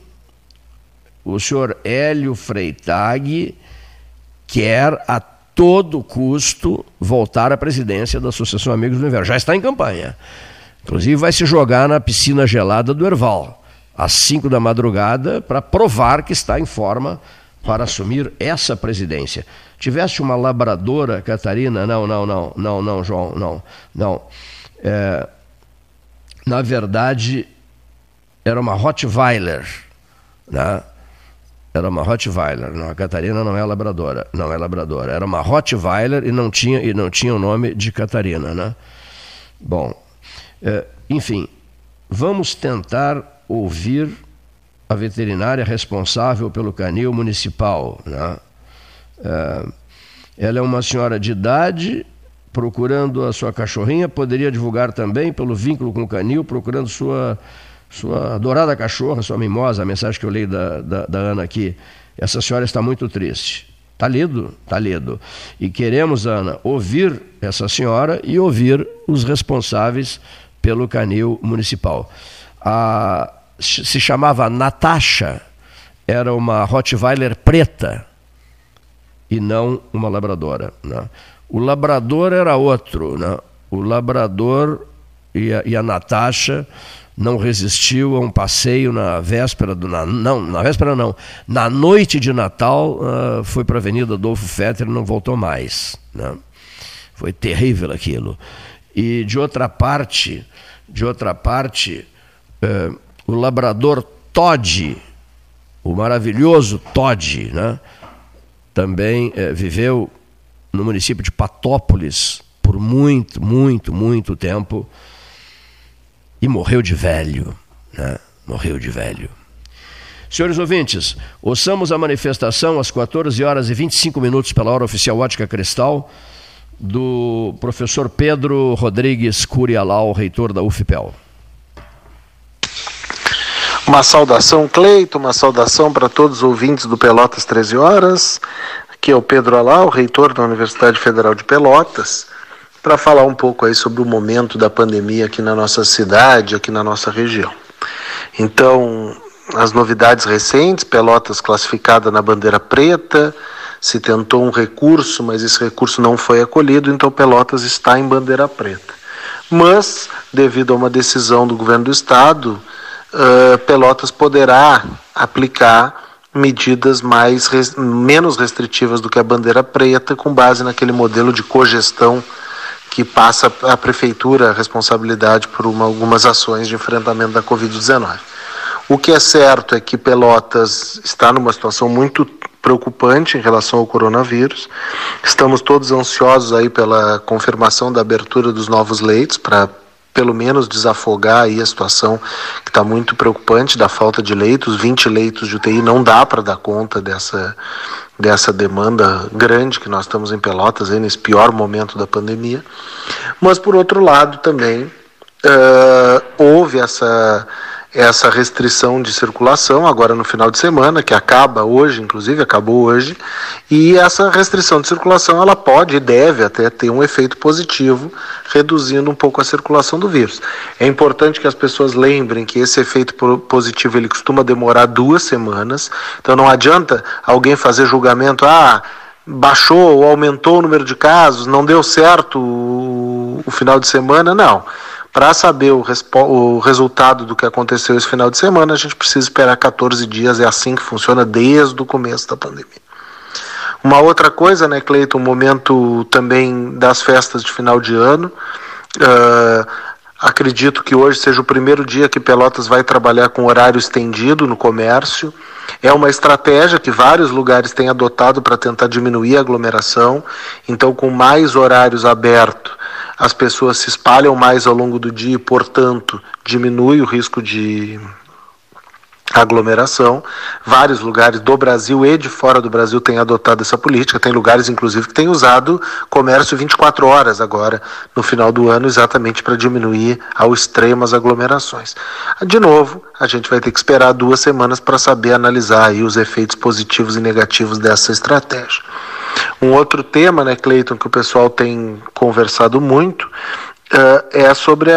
o senhor Hélio Freitag quer a todo custo voltar à presidência da Associação Amigos do Inverno. Já está em campanha. Inclusive vai se jogar na piscina gelada do Herval, às cinco da madrugada, para provar que está em forma para assumir essa presidência. Tivesse uma labradora, Catarina, não, não, não, não, não, João, não, não. É, na verdade, era uma Rottweiler, né? Era uma Rottweiler, não, a Catarina não é labradora, não é labradora, era uma Rottweiler e não tinha, e não tinha o nome de Catarina, né? Bom, é, enfim, vamos tentar ouvir a veterinária responsável pelo canil municipal, né? É, ela é uma senhora de idade, procurando a sua cachorrinha, poderia divulgar também pelo vínculo com o canil, procurando sua... sua adorada cachorra, sua mimosa, a mensagem que eu leio da, da, da Ana aqui. Essa senhora está muito triste. Está lido? Está lido. E queremos, Ana, ouvir essa senhora e ouvir os responsáveis pelo canil municipal. A, se chamava Natasha, era uma Rottweiler preta e não uma labradora, né? O labrador era outro, né? O labrador e a, e a Natasha não resistiu a um passeio na véspera do... Na, não, na véspera não. Na noite de Natal, uh, foi para a Avenida Adolfo Fetter e não voltou mais, né? Foi terrível aquilo. E de outra parte, de outra parte, uh, o labrador Todd, o maravilhoso Todd, né? Também uh, viveu no município de Patópolis por muito, muito, muito tempo. E morreu de velho, né? Morreu de velho. Senhores ouvintes, ouçamos a manifestação às quatorze horas e vinte e cinco minutos pela hora oficial Ótica Cristal, do professor Pedro Rodrigues Curialau, reitor da U F P E L. Uma saudação, Cleito, uma saudação para todos os ouvintes do Pelotas treze horas. Aqui é o Pedro Alau, reitor da Universidade Federal de Pelotas, para falar um pouco aí sobre o momento da pandemia aqui na nossa cidade, aqui na nossa região. Então, as novidades recentes, Pelotas classificada na bandeira preta, se tentou um recurso, mas esse recurso não foi acolhido, então Pelotas está em bandeira preta. Mas, devido a uma decisão do governo do estado, uh, Pelotas poderá aplicar medidas mais, res, menos restritivas do que a bandeira preta, com base naquele modelo de cogestão que passa a prefeitura a responsabilidade por uma, algumas ações de enfrentamento da covid dezenove. O que é certo é que Pelotas está numa situação muito preocupante em relação ao coronavírus. Estamos todos ansiosos aí pela confirmação da abertura dos novos leitos, para pelo menos desafogar aí a situação que está muito preocupante da falta de leitos. vinte leitos de U T I não dá para dar conta dessa, dessa demanda grande que nós estamos em Pelotas aí nesse pior momento da pandemia. Mas, por outro lado, também uh, houve essa, essa restrição de circulação agora no final de semana, que acaba hoje, inclusive acabou hoje, e essa restrição de circulação ela pode e deve até ter um efeito positivo, reduzindo um pouco a circulação do vírus. É importante que as pessoas lembrem que esse efeito positivo ele costuma demorar duas semanas, então não adianta alguém fazer julgamento, ah, baixou ou aumentou o número de casos, não deu certo o, o final de semana, não. Para saber o, o resultado do que aconteceu esse final de semana, a gente precisa esperar quatorze dias, é assim que funciona desde o começo da pandemia. Uma outra coisa, né, Cleiton, um momento também das festas de final de ano, uh, acredito que hoje seja o primeiro dia que Pelotas vai trabalhar com horário estendido no comércio. É uma estratégia que vários lugares têm adotado para tentar diminuir a aglomeração, então com mais horários abertos, as pessoas se espalham mais ao longo do dia e, portanto, diminui o risco de aglomeração. Vários lugares do Brasil e de fora do Brasil têm adotado essa política. Tem lugares, inclusive, que têm usado comércio vinte e quatro horas agora, no final do ano, exatamente para diminuir ao extremo as aglomerações. De novo, a gente vai ter que esperar duas semanas para saber analisar aí os efeitos positivos e negativos dessa estratégia. Um outro tema, né, Cleiton, que o pessoal tem conversado muito, uh, é sobre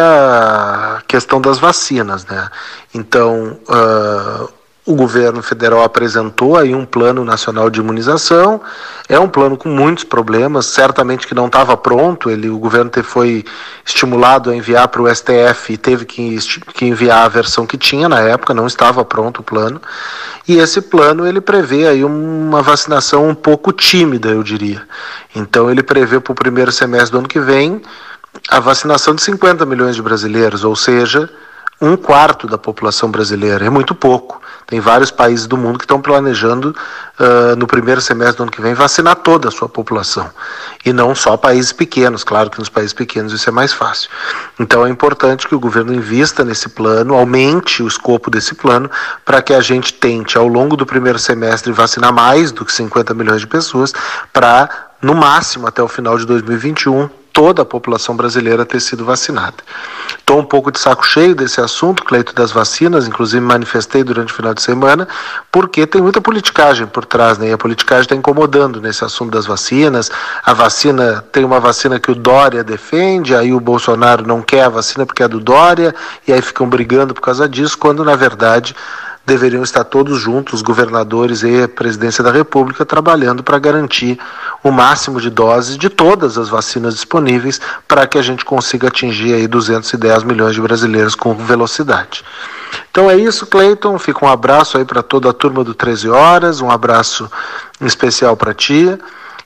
a questão das vacinas, né? Então, uh, o governo federal apresentou aí um plano nacional de imunização, é um plano com muitos problemas, certamente que não estava pronto, ele, o governo te, foi estimulado a enviar para o S T F e teve que, que enviar a versão que tinha na época, não estava pronto o plano, e esse plano ele prevê aí uma vacinação um pouco tímida, eu diria. Então ele prevê para o primeiro semestre do ano que vem a vacinação de cinquenta milhões de brasileiros, ou seja, um quarto da população brasileira, é muito pouco. Tem vários países do mundo que estão planejando, uh, no primeiro semestre do ano que vem, vacinar toda a sua população. E não só países pequenos, claro que nos países pequenos isso é mais fácil. Então é importante que o governo invista nesse plano, aumente o escopo desse plano, para que a gente tente, ao longo do primeiro semestre, vacinar mais do que cinquenta milhões de pessoas, para, no máximo, até o final de dois mil e vinte e um, toda a população brasileira ter sido vacinada. Estou um pouco de saco cheio desse assunto, Cleito, das vacinas, inclusive me manifestei durante o final de semana, porque tem muita politicagem por trás, né? E a politicagem está incomodando nesse assunto das vacinas. A vacina, tem uma vacina que o Dória defende, aí o Bolsonaro não quer a vacina porque é do Dória, e aí ficam brigando por causa disso, quando na verdade deveriam estar todos juntos, os governadores e a presidência da República, trabalhando para garantir o máximo de doses de todas as vacinas disponíveis para que a gente consiga atingir aí duzentos e dez milhões de brasileiros com velocidade. Então é isso, Cleiton, fica um abraço aí para toda a turma do treze horas, um abraço em especial para ti,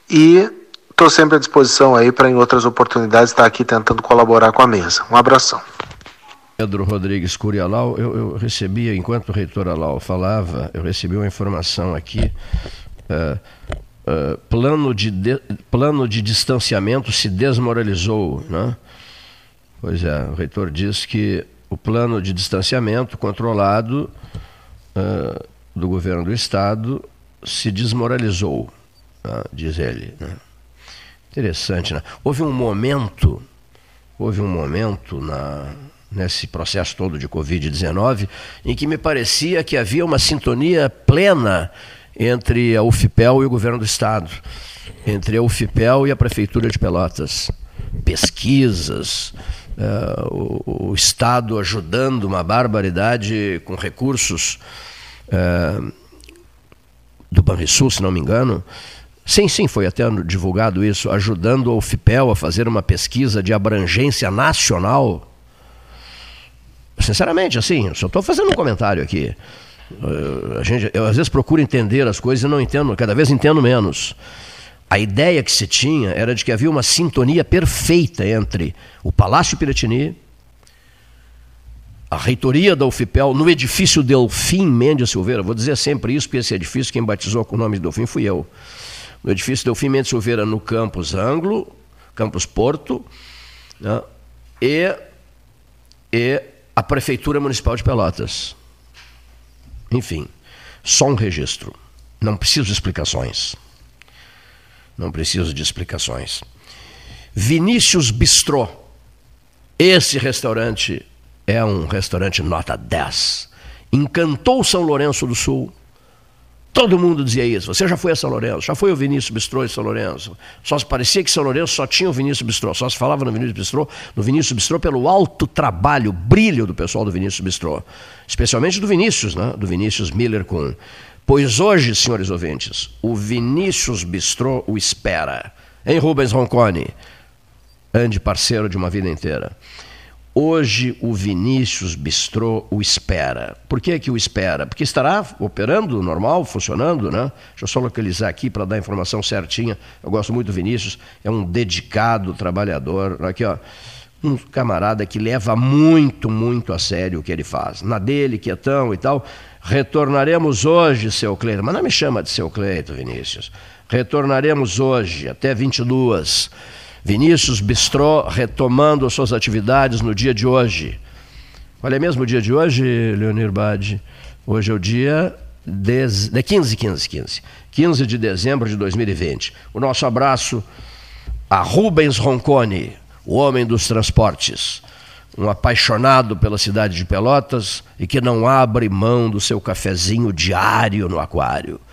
e estou sempre à disposição aí para em outras oportunidades estar aqui tentando colaborar com a mesa. Um abração. Pedro Rodrigues Curialau, eu, eu recebi, enquanto o reitor Alau falava, eu recebi uma informação aqui, uh, uh, plano, de de, plano de distanciamento se desmoralizou, né? Pois é, o reitor diz que o plano de distanciamento controlado uh, do governo do Estado se desmoralizou, né? Diz ele, né? Interessante, né? Houve um momento, houve um momento na... nesse processo todo de covid dezenove, em que me parecia que havia uma sintonia plena entre a UFPEL e o governo do Estado, entre a UFPEL e a Prefeitura de Pelotas. Pesquisas, uh, o, o Estado ajudando uma barbaridade com recursos uh, do Banrisul, se não me engano. Sim, sim, foi até divulgado isso, ajudando a UFPEL a fazer uma pesquisa de abrangência nacional. Sinceramente, assim, eu só estou fazendo um comentário aqui. Uh, a gente, eu às vezes procuro entender as coisas e não entendo, cada vez entendo menos. A ideia que se tinha era de que havia uma sintonia perfeita entre o Palácio Piratini, a reitoria da UFPEL, no edifício Delfim Mendes Silveira. Vou dizer sempre isso, porque esse edifício, quem batizou com o nome de Delfim fui eu. No edifício Delfim Mendes Silveira, no Campus Anglo, Campus Porto, né, e... e a Prefeitura Municipal de Pelotas. Enfim, só um registro. Não preciso de explicações. Não preciso de explicações. Vinícius Bistrô. Esse restaurante é um restaurante nota dez. Encantou São Lourenço do Sul. Todo mundo dizia isso. Você já foi a São Lourenço? Já foi o Vinícius Bistrô em São Lourenço? Só se parecia que São Lourenço só tinha o Vinícius Bistrô. Só se falava no Vinícius Bistrô, no Vinícius Bistrô pelo alto trabalho, brilho do pessoal do Vinícius Bistrô. Especialmente do Vinícius, né? Do Vinícius Miller Kuhn. Pois hoje, senhores ouvintes, o Vinícius Bistrô o espera. Hein, Rubens Roncone? Ande parceiro de uma vida inteira. Hoje o Vinícius Bistrô o espera. Por que que o espera? Porque estará operando normal, funcionando, né? Deixa eu só localizar aqui para dar a informação certinha. Eu gosto muito do Vinícius, é um dedicado trabalhador. Aqui, ó, um camarada que leva muito, muito a sério o que ele faz. Na dele, quietão e tal. Retornaremos hoje, seu Cleito. Mas não me chama de seu Cleito, Vinícius. Retornaremos hoje, até vinte e duas. Vinícius Bistrô retomando suas atividades no dia de hoje. Qual é mesmo o dia de hoje, Leonir Bade? Hoje é o dia dez, de quinze, quinze, quinze. quinze de dezembro de dois mil e vinte. O nosso abraço a Rubens Roncone, o homem dos transportes. Um apaixonado pela cidade de Pelotas e que não abre mão do seu cafezinho diário no aquário.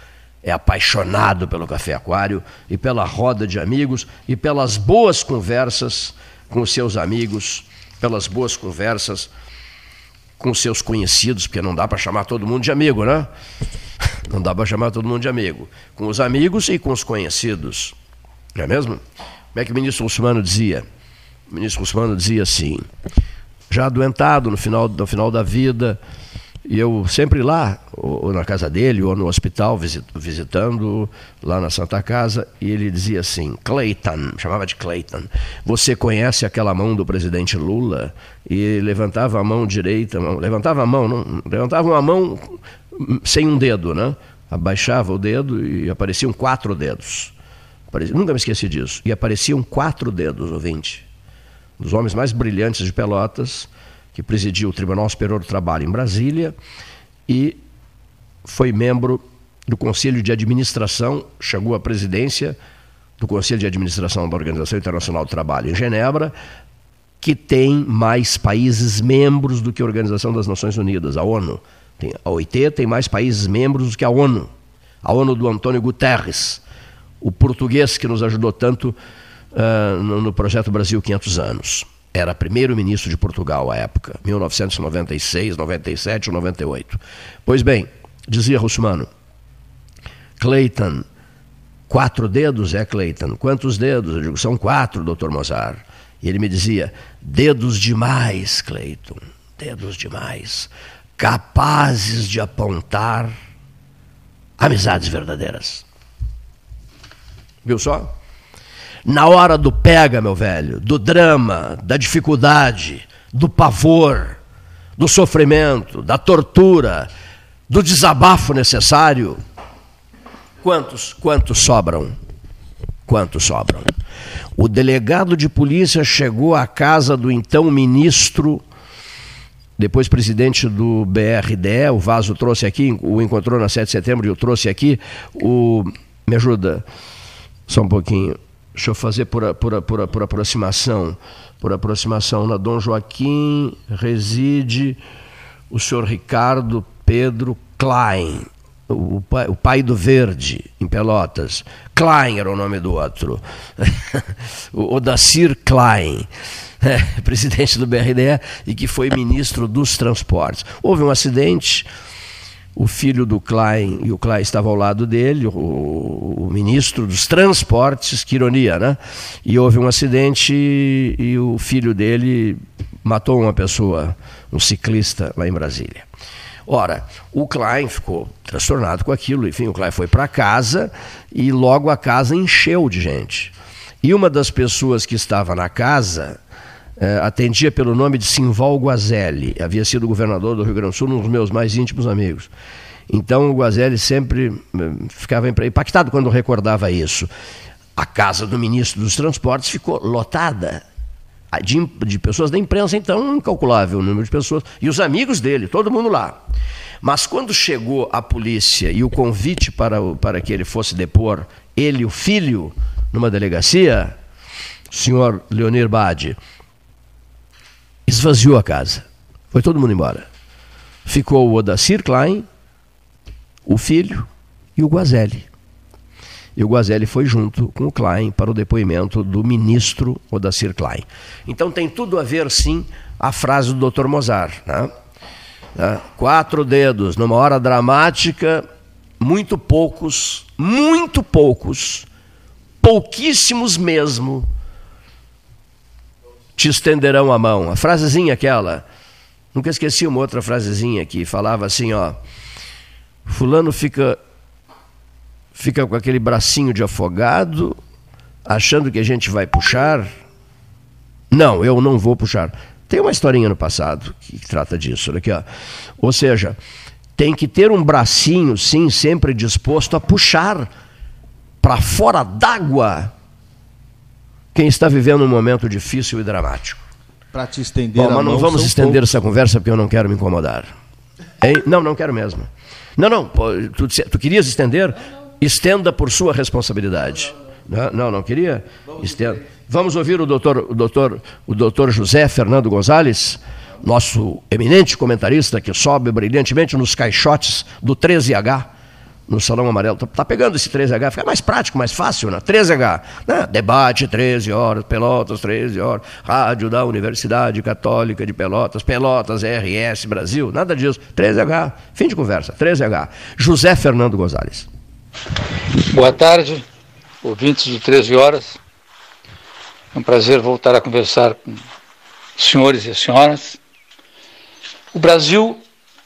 é apaixonado pelo Café Aquário e pela roda de amigos e pelas boas conversas com os seus amigos, pelas boas conversas com os seus conhecidos, porque não dá para chamar todo mundo de amigo, né? Não dá para chamar todo mundo de amigo. Com os amigos e com os conhecidos. Não é mesmo? Como é que o ministro Russomano dizia? O ministro Russomano dizia assim, já adoentado no final, no final da vida, e eu sempre lá, ou na casa dele, ou no hospital, visitando lá na Santa Casa, e ele dizia assim, Clayton, chamava de Clayton, você conhece aquela mão do presidente Lula? E levantava a mão direita, levantava a mão, não, levantava uma mão sem um dedo, né? Abaixava o dedo e apareciam quatro dedos. Aparecia, nunca me esqueci disso. E apareciam quatro dedos, ouvinte. Dos homens mais brilhantes de Pelotas, que presidiu o Tribunal Superior do Trabalho em Brasília e foi membro do Conselho de Administração, chegou à presidência do Conselho de Administração da Organização Internacional do Trabalho em Genebra, que tem mais países membros do que a Organização das Nações Unidas, a ONU. Tem, a O I T tem mais países membros do que a ONU. A ONU do Antônio Guterres, o português que nos ajudou tanto uh, no, no projeto Brasil quinhentos anos. Era primeiro-ministro de Portugal à época, mil novecentos e noventa e seis, noventa e sete ou noventa e oito. Pois bem, dizia Russomano, Clayton, quatro dedos é Clayton. Quantos dedos? Eu digo, são quatro, doutor Mozart. E ele me dizia, dedos demais, Clayton, dedos demais, capazes de apontar amizades verdadeiras. Viu só? Na hora do pega, meu velho, do drama, da dificuldade, do pavor, do sofrimento, da tortura, do desabafo necessário, quantos, quantos sobram? Quantos sobram? O delegado de polícia chegou à casa do então ministro, depois presidente do B R D E, o Vaso trouxe aqui, o encontrou na sete de setembro e o trouxe aqui, o... me ajuda só um pouquinho. Deixa eu fazer por, por, por, por aproximação. Por aproximação, na Dom Joaquim reside o senhor Ricardo Pedro Klein, o pai, o pai do Verde, em Pelotas. Klein era o nome do outro. O Odacir Klein, é, presidente do B R D E e que foi ministro dos Transportes. Houve um acidente. O filho do Klein, e o Klein estava ao lado dele, o, o ministro dos Transportes, que ironia, né? E houve um acidente e, e o filho dele matou uma pessoa, um ciclista lá em Brasília. Ora, o Klein ficou transtornado com aquilo, enfim, o Klein foi para casa e logo a casa encheu de gente. E uma das pessoas que estava na casa... Uh, atendia pelo nome de Simval Guazelli, havia sido governador do Rio Grande do Sul, um dos meus mais íntimos amigos. Então o Guazelli sempre uh, ficava impactado quando recordava isso. A casa do ministro dos Transportes ficou lotada de, de pessoas da imprensa, então incalculável o número de pessoas, e os amigos dele, todo mundo lá. Mas quando chegou a polícia e o convite para, para que ele fosse depor, ele e o filho, numa delegacia, o senhor Leonir Bade, esvaziou a casa. Foi todo mundo embora. Ficou o Odacir Klein, o filho e o Guazelli. E o Guazelli foi junto com o Klein para o depoimento do ministro Odacir Klein. Então tem tudo a ver, sim, a frase do doutor Mozart. Né? Quatro dedos, numa hora dramática, muito poucos, muito poucos, pouquíssimos mesmo, te estenderão a mão. A frasezinha aquela, nunca esqueci uma outra frasezinha que falava assim, ó, fulano fica, fica com aquele bracinho de afogado, achando que a gente vai puxar. Não, eu não vou puxar. Tem uma historinha no passado que trata disso, olha aqui, ó. Ou seja, tem que ter um bracinho, sim, sempre disposto a puxar para fora d'água quem está vivendo um momento difícil e dramático. Para te estender Bom, a mas mão, não vamos são estender poucos. essa conversa porque eu não quero me incomodar. Hein? Não, não quero mesmo. Não, não, pô, tu, tu querias estender? Estenda por sua responsabilidade. Não, não, não queria? Estenda. Vamos ouvir o doutor, o doutor, o doutor José Fernando Gonzalez, nosso eminente comentarista que sobe brilhantemente nos caixotes do treze H, no Salão Amarelo. Tá pegando esse treze H, fica mais prático, mais fácil, né? treze H. Né? Debate, treze horas, Pelotas, treze horas. Rádio da Universidade Católica de Pelotas, Pelotas, R S Brasil, nada disso. treze H, fim de conversa, treze H. José Fernando Gonzalez. Boa tarde, ouvintes do treze horas. É um prazer voltar a conversar com os senhores e as senhoras. O Brasil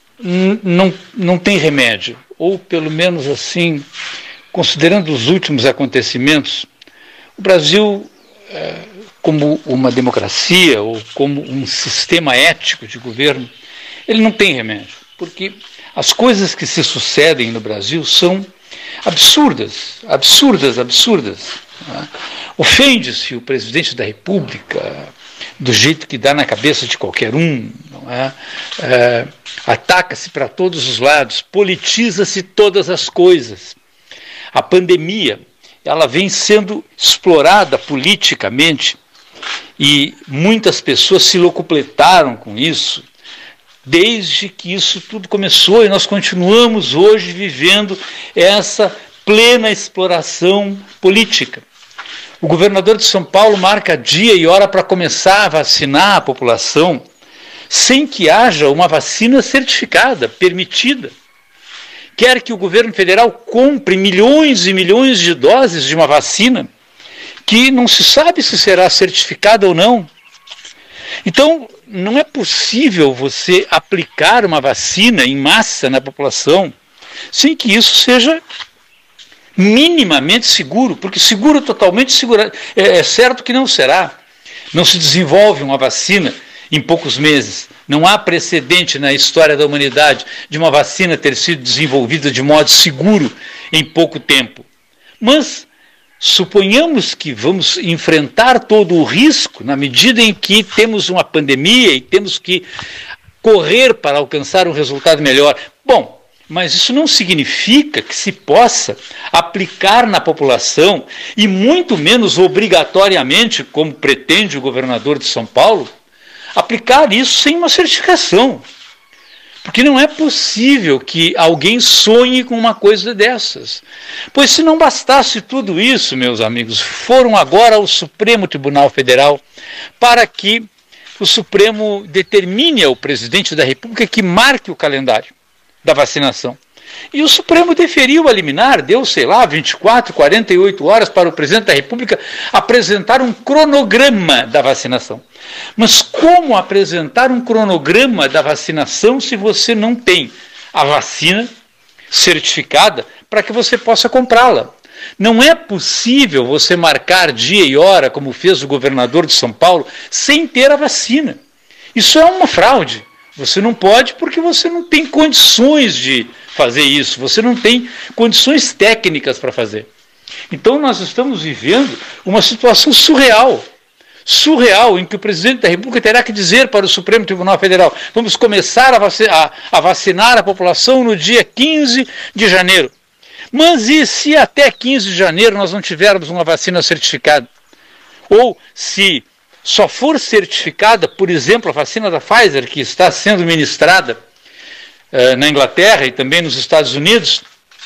não, não tem remédio, ou pelo menos assim, considerando os últimos acontecimentos, o Brasil, é, como uma democracia ou como um sistema ético de governo, ele não tem remédio, porque as coisas que se sucedem no Brasil são absurdas, absurdas, absurdas. Né? Ofende-se o presidente da República do jeito que dá na cabeça de qualquer um, não é? É, ataca-se para todos os lados, politiza-se todas as coisas. A pandemia, ela vem sendo explorada politicamente e muitas pessoas se locupletaram com isso desde que isso tudo começou e nós continuamos hoje vivendo essa plena exploração política. O governador de São Paulo marca dia e hora para começar a vacinar a população sem que haja uma vacina certificada, permitida. Quer que o governo federal compre milhões e milhões de doses de uma vacina que não se sabe se será certificada ou não. Então, não é possível você aplicar uma vacina em massa na população sem que isso seja minimamente seguro, porque seguro totalmente seguro, é, é certo que não será. Não se desenvolve uma vacina em poucos meses. Não há precedente na história da humanidade de uma vacina ter sido desenvolvida de modo seguro em pouco tempo. Mas suponhamos que vamos enfrentar todo o risco na medida em que temos uma pandemia e temos que correr para alcançar um resultado melhor. Bom, mas isso não significa que se possa aplicar na população, e muito menos obrigatoriamente, como pretende o governador de São Paulo, aplicar isso sem uma certificação. Porque não é possível que alguém sonhe com uma coisa dessas. Pois se não bastasse tudo isso, meus amigos, foram agora ao Supremo Tribunal Federal para que o Supremo determine ao presidente da República que marque o calendário da vacinação. E o Supremo deferiu a liminar, deu, sei lá, vinte e quatro, quarenta e oito horas para o presidente da República apresentar um cronograma da vacinação. Mas como apresentar um cronograma da vacinação se você não tem a vacina certificada para que você possa comprá-la? Não é possível você marcar dia e hora, como fez o governador de São Paulo, sem ter a vacina. Isso é uma fraude. Você não pode porque você não tem condições de fazer isso, você não tem condições técnicas para fazer. Então nós estamos vivendo uma situação surreal, surreal, em que o presidente da República terá que dizer para o Supremo Tribunal Federal: vamos começar a vacinar a, a, vacinar a população no dia quinze de janeiro. Mas e se até quinze de janeiro nós não tivermos uma vacina certificada? Ou se só for certificada, por exemplo, a vacina da Pfizer, que está sendo ministrada uh, na Inglaterra e também nos Estados Unidos,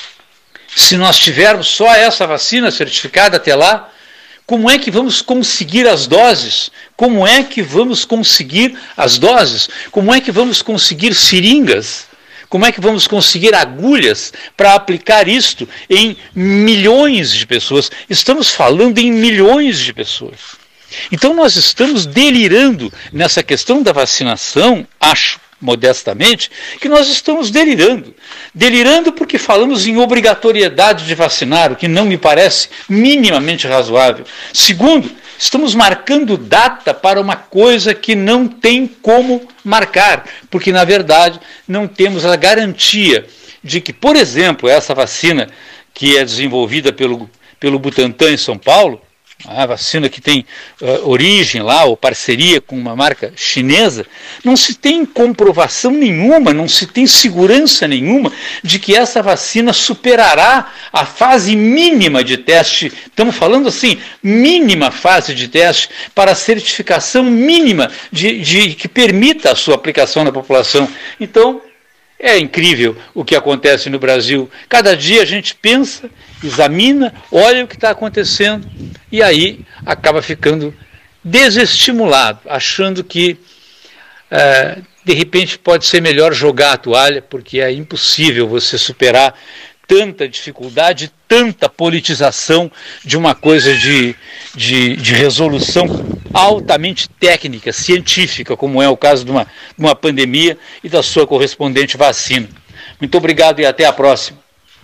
se nós tivermos só essa vacina certificada até lá, como é que vamos conseguir as doses? Como é que vamos conseguir as doses? Como é que vamos conseguir seringas? Como é que vamos conseguir agulhas para aplicar isto em milhões de pessoas? Estamos falando em milhões de pessoas. Então nós estamos delirando nessa questão da vacinação, acho modestamente, que nós estamos delirando. Delirando porque falamos em obrigatoriedade de vacinar, o que não me parece minimamente razoável. Segundo, estamos marcando data para uma coisa que não tem como marcar, porque na verdade não temos a garantia de que, por exemplo, essa vacina que é desenvolvida pelo, pelo Butantan em São Paulo, a vacina que tem uh, origem lá, ou parceria com uma marca chinesa, não se tem comprovação nenhuma, não se tem segurança nenhuma de que essa vacina superará a fase mínima de teste. Estamos falando assim, mínima fase de teste para a certificação mínima de, de, que permita a sua aplicação na população. Então, É incrível o que acontece no Brasil. Cada dia a gente pensa, examina, olha o que está acontecendo e aí acaba ficando desestimulado, achando que é, de repente pode ser melhor jogar a toalha, porque é impossível você superar tanta dificuldade, tanta politização de uma coisa de, de, de resolução altamente técnica, científica, como é o caso de uma, de uma pandemia e da sua correspondente vacina. Muito obrigado e até a próxima.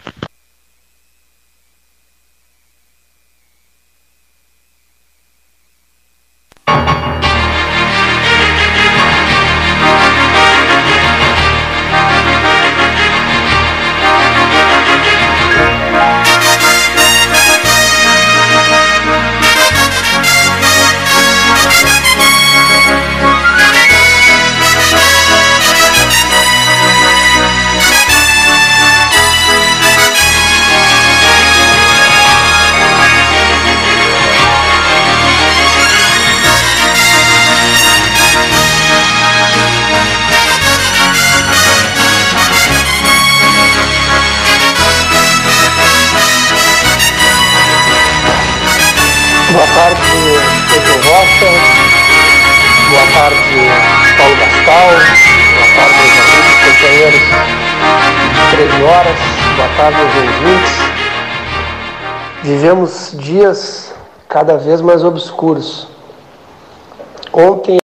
Boa tarde, Pedro Rocha. Boa tarde, Paulo Gastal. Boa tarde, meus amigos, companheiros. treze horas. Boa tarde, meus ouvintes. Vivemos dias cada vez mais obscuros. Ontem